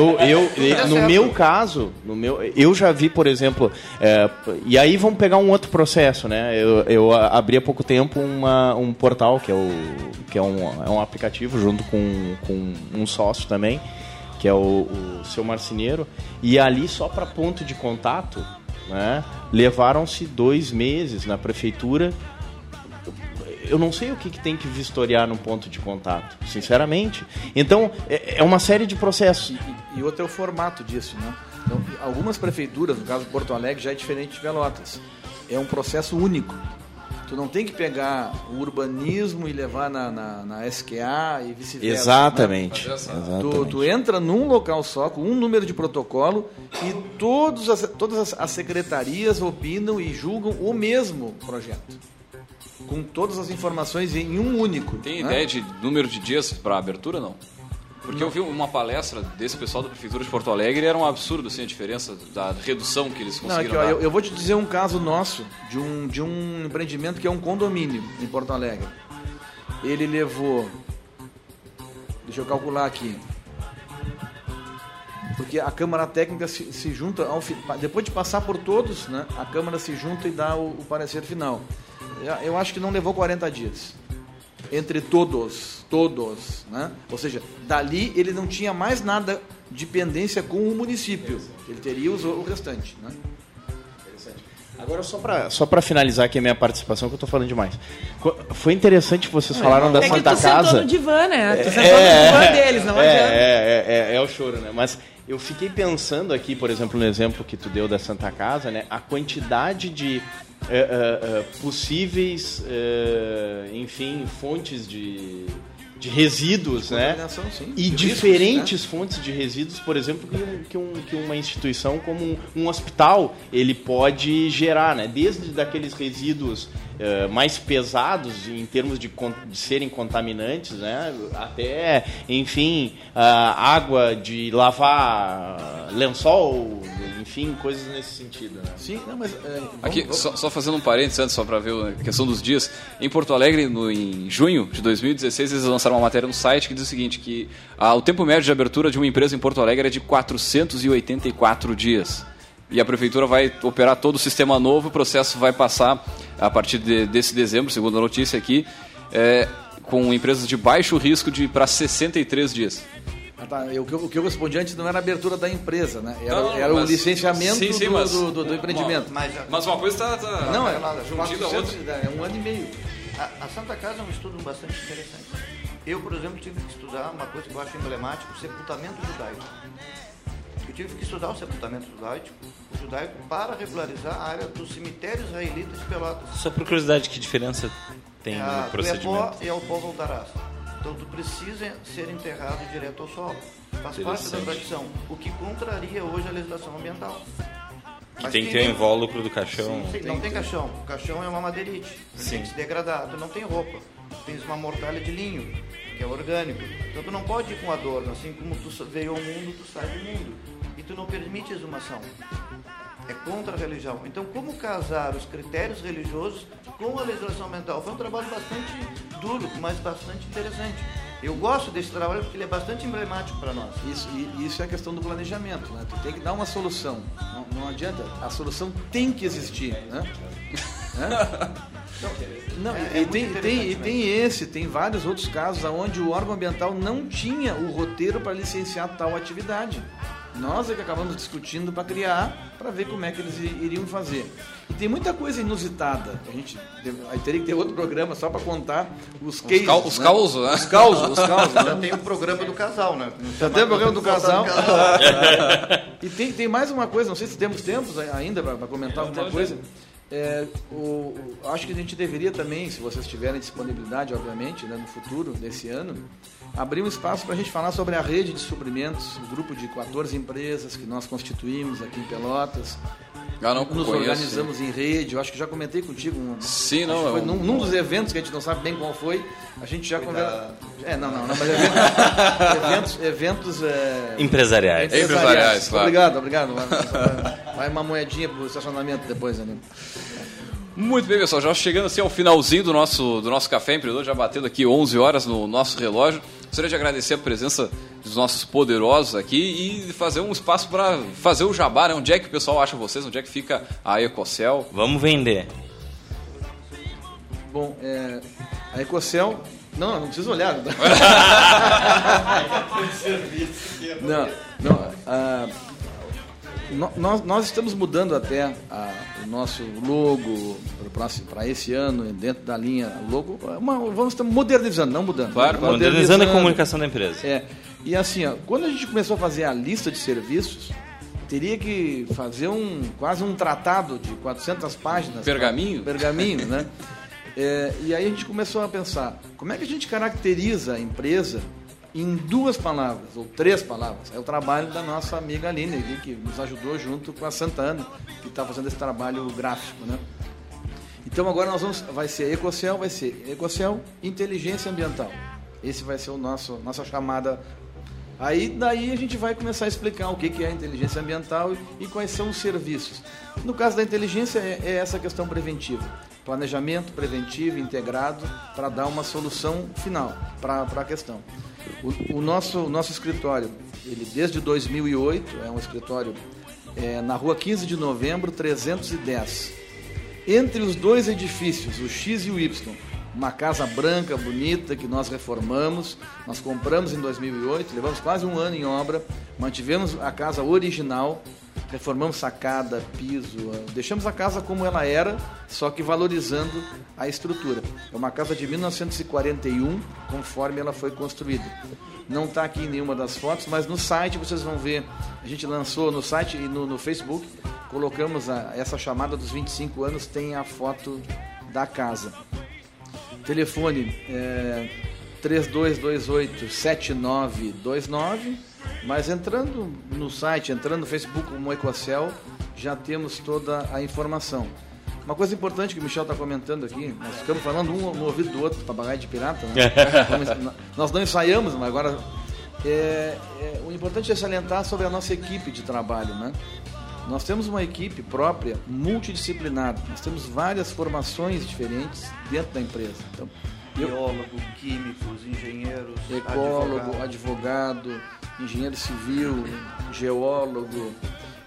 No meu caso, eu já vi, por exemplo, e aí vamos pegar um outro processo, né? Eu abri há pouco tempo um portal que é um aplicativo junto com um sócio também, que é o Seu Marceneiro, e ali só para ponto de contato, né? Levaram-se 2 meses na prefeitura. Eu não sei o que tem que vistoriar num ponto de contato, sinceramente. Então, é uma série de processos. E outro é o formato disso, né? Então, algumas prefeituras, no caso de Porto Alegre, já é diferente de Pelotas. É um processo único. Tu não tem que pegar o urbanismo e levar na SQA e vice-versa. Exatamente. Né? Tu entra num local só, com um número de protocolo, e todas as secretarias opinam e julgam o mesmo projeto, com todas as informações em um único. Tem ideia de número de dias para abertura, não? Porque eu vi uma palestra desse pessoal da Prefeitura de Porto Alegre e era um absurdo assim, a diferença da redução que eles conseguiram dar. Eu vou te dizer um caso nosso, de um empreendimento que é um condomínio em Porto Alegre. Ele levou... Deixa eu calcular aqui. Porque a Câmara Técnica se junta... Depois de passar por todos, né, a Câmara se junta e dá o parecer final. Eu acho que não levou 40 dias. Entre todos, né? Ou seja, dali ele não tinha mais nada de pendência com o município. Ele teria o restante, né? Interessante. Agora, só para finalizar aqui a minha participação, que eu estou falando demais. Foi interessante que vocês falaram da Santa Casa. Tu sentou no divã, né? Tu sentou no divã deles, não adianta. É o choro, né? Mas eu fiquei pensando aqui, por exemplo, no exemplo que tu deu da Santa Casa, né? A quantidade de possíveis, enfim, fontes de resíduos, né? Sim. E diferentes fontes de resíduos, por exemplo, que uma instituição como um hospital ele pode gerar, né? Desde daqueles resíduos mais pesados em termos de serem contaminantes, né? Até, enfim, água de lavar lençol, enfim, coisas nesse sentido, né? Sim, não, mas... Aqui, só fazendo um parênteses antes, só para ver a questão dos dias. Em Porto Alegre, em junho de 2016, eles lançaram uma matéria no site que diz o seguinte, que o tempo médio de abertura de uma empresa em Porto Alegre é de 484 dias. E a prefeitura vai operar todo o sistema novo, o processo vai passar a partir desse dezembro, segundo a notícia aqui. com empresas de baixo risco para 63 dias. Tá. O que eu respondi antes não era a abertura da empresa, né? Era mas, o licenciamento do empreendimento. Mas uma coisa está não, juntida a outra. É 1 ano e meio. A Santa Casa é um estudo bastante interessante. Eu, por exemplo, tive que estudar uma coisa que eu acho emblemática, o sepultamento judaico. Eu tive que estudar o sepultamento judaico para regularizar a área dos cemitérios israelitas de Pelotas. Só por curiosidade, que diferença tem no procedimento? E ao povo voltarás. Então, tu precisa ser enterrado direto ao solo. Faz parte da tradição, o que contraria hoje a legislação ambiental. Que tem que ter o invólucro do caixão. Sim, não tem caixão. O caixão é uma madeirite. Tem que se degradar. Tu não tem roupa. Tu tens uma mortalha de linho, que é orgânico. Então, tu não pode ir com adorno. Assim como tu veio ao mundo, tu sai do mundo. E tu não permite exumação. É contra a religião. Então, como casar os critérios religiosos com a legislação ambiental? Foi um trabalho bastante duro, mas bastante interessante. Eu gosto desse trabalho porque ele é bastante emblemático para nós. Isso é a questão do planejamento, né? Tu tem que dar uma solução. Não adianta. A solução tem que existir, né? Tem vários outros casos onde o órgão ambiental não tinha o roteiro para licenciar tal atividade. Nós é que acabamos discutindo para criar, para ver como é que eles iriam fazer. E tem muita coisa inusitada. Aí teria que ter outro programa só para contar os cases. Os causos, né? Os causos. Já tem o programa do casal, né? Já tem o programa do casal. E tem mais uma coisa, não sei se temos tempos ainda para comentar alguma coisa. Acho que a gente deveria também, se vocês tiverem disponibilidade, obviamente, né, no futuro desse ano, abrir um espaço para a gente falar sobre a rede de suprimentos, o grupo de 14 empresas que nós constituímos aqui em Pelotas. Nos organizamos em rede, eu acho que já comentei contigo. Sim, foi num dos eventos que a gente não sabe bem qual foi, a gente já conversa. Mas eventos empresariais, claro. Obrigado. Vai uma moedinha pro estacionamento depois, né? Muito bem, pessoal, já chegando assim ao finalzinho do nosso Café Empreendedor, já batendo aqui 11 horas no nosso relógio. Gostaria de agradecer a presença dos nossos poderosos aqui e fazer um espaço para fazer o jabá, né? Onde é que o pessoal acha vocês? Onde é que fica a Ecocel? Vamos vender. Bom, a Ecocel... Não precisa olhar. Nós estamos mudando até o nosso logo para esse ano, dentro da linha logo. Vamos estar modernizando, não mudando. Claro, modernizando a comunicação da empresa. E assim, quando a gente começou a fazer a lista de serviços, teria que fazer quase um tratado de 400 páginas. Pergaminho, né? E aí a gente começou a pensar, como é que a gente caracteriza a empresa em 2 palavras, ou 3 palavras? É o trabalho da nossa amiga Aline aqui, que nos ajudou junto com a Santana, que está fazendo esse trabalho gráfico, né? Então agora vai ser Ecocel Inteligência Ambiental. Esse vai ser nossa chamada. Daí a gente vai começar a explicar o que é a inteligência ambiental e quais são os serviços. No caso da inteligência é essa questão preventiva. Planejamento preventivo integrado para dar uma solução final para a questão. O nosso escritório, ele desde 2008, é um escritório na rua 15 de novembro, 310. Entre os 2 edifícios, o X e o Y, uma casa branca, bonita, que nós reformamos. Nós compramos em 2008, levamos quase 1 ano em obra, mantivemos a casa original, reformamos sacada, piso, deixamos a casa como ela era, só que valorizando a estrutura. É uma casa de 1941, conforme ela foi construída. Não está aqui em nenhuma das fotos, mas no site vocês vão ver. A gente lançou no site e no Facebook, colocamos essa chamada dos 25 anos, tem a foto da casa. Telefone 3228-7929, mas entrando no site, entrando no Facebook como Ecocel, já temos toda a informação. Uma coisa importante que o Michel está comentando aqui, nós ficamos falando um no ouvido do outro, papagaio de pirata, né? Nós não ensaiamos, mas agora o importante é salientar sobre a nossa equipe de trabalho, né? Nós temos uma equipe própria, multidisciplinar. Nós temos várias formações diferentes dentro da empresa. Então, biólogo, químicos, engenheiros, ecólogo, advogado, engenheiro civil, geólogo.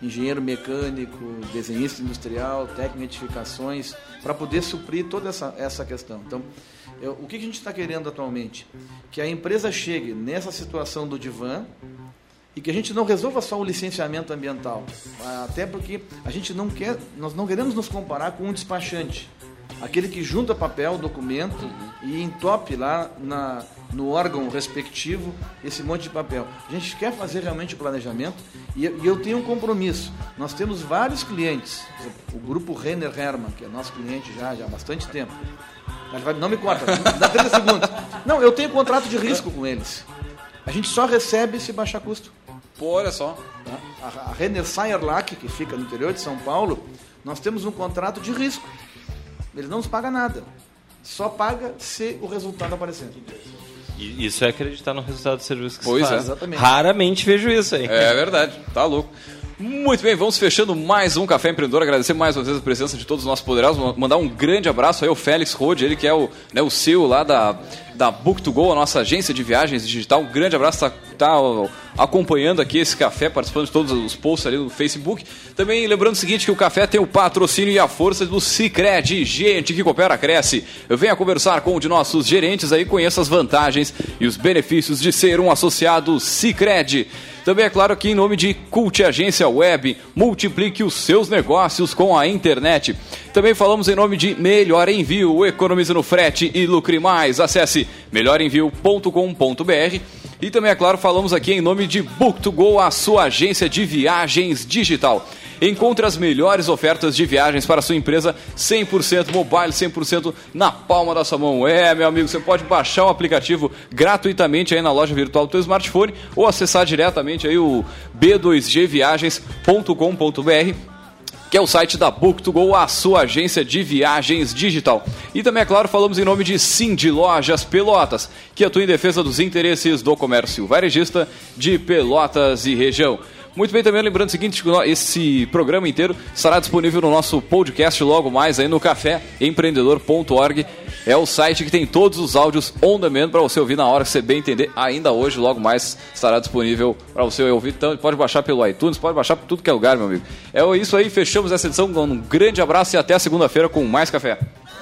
engenheiro mecânico, desenhista industrial, técnico em edificações, para poder suprir toda essa questão. Então, o que a gente está querendo atualmente? Que a empresa chegue nessa situação do divã e que a gente não resolva só o licenciamento ambiental, até porque nós não queremos nos comparar com um despachante, aquele que junta papel, documento e entope lá no órgão respectivo esse monte de papel. A gente quer fazer realmente o planejamento e eu tenho um compromisso. Nós temos vários clientes, o grupo Renner Hermann, que é nosso cliente já há bastante tempo. Não me corta, dá 30 segundos. Não, eu tenho contrato de risco com eles. A gente só recebe se baixar custo. Pô, olha só. A Renner Sayerlac, que fica no interior de São Paulo, nós temos um contrato de risco. Ele não nos paga nada. Só paga se o resultado aparecer. E isso é acreditar no resultado do serviço que pois se faz. Exatamente. Raramente vejo isso aí. É verdade, tá louco. Muito bem, vamos fechando mais um Café Empreendedor. Agradecer mais uma vez a presença de todos os nossos poderosos. Mandar um grande abraço aí ao Félix Rode, ele que é o CEO lá da Book2Go, a nossa agência de viagens digital. Um grande abraço, tá acompanhando aqui esse café, participando de todos os posts ali no Facebook. Também lembrando o seguinte, que o café tem o patrocínio e a força do Sicredi. Gente que coopera, cresce. Venha conversar com um de nossos gerentes aí, conheça as vantagens e os benefícios de ser um associado Sicredi. Também é claro que em nome de Cult Agência Web, multiplique os seus negócios com a internet. Também falamos em nome de Melhor Envio, economize no frete e lucre mais. Acesse melhorenvio.com.br. E também, é claro, falamos aqui em nome de Book2Go, a sua agência de viagens digital. Encontre as melhores ofertas de viagens para a sua empresa 100% mobile, 100% na palma da sua mão. Meu amigo, você pode baixar o aplicativo gratuitamente aí na loja virtual do seu smartphone ou acessar diretamente aí o b2gviagens.com.br, que é o site da Book2Go, a sua agência de viagens digital. E também, é claro, falamos em nome de Cindy Lojas Pelotas, que atua em defesa dos interesses do comércio varejista de Pelotas e região. Muito bem, também lembrando o seguinte, que esse programa inteiro estará disponível no nosso podcast logo mais aí no caféempreendedor.org. É o site que tem todos os áudios on demand para você ouvir na hora que você bem entender. Ainda hoje, logo mais, estará disponível para você ouvir. Então, pode baixar pelo iTunes, pode baixar por tudo que é lugar, meu amigo. É isso aí, fechamos essa edição. Um grande abraço e até a segunda-feira com mais café.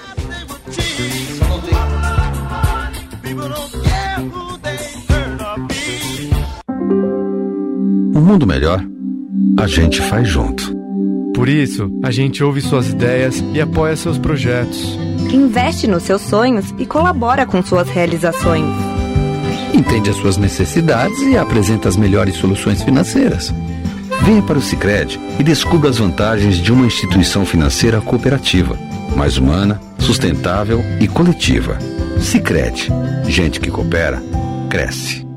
Um mundo melhor, a gente faz junto. Por isso, a gente ouve suas ideias e apoia seus projetos. Investe nos seus sonhos e colabora com suas realizações. Entende as suas necessidades e apresenta as melhores soluções financeiras. Venha para o Sicredi e descubra as vantagens de uma instituição financeira cooperativa, mais humana, sustentável e coletiva. Sicredi, gente que coopera, cresce.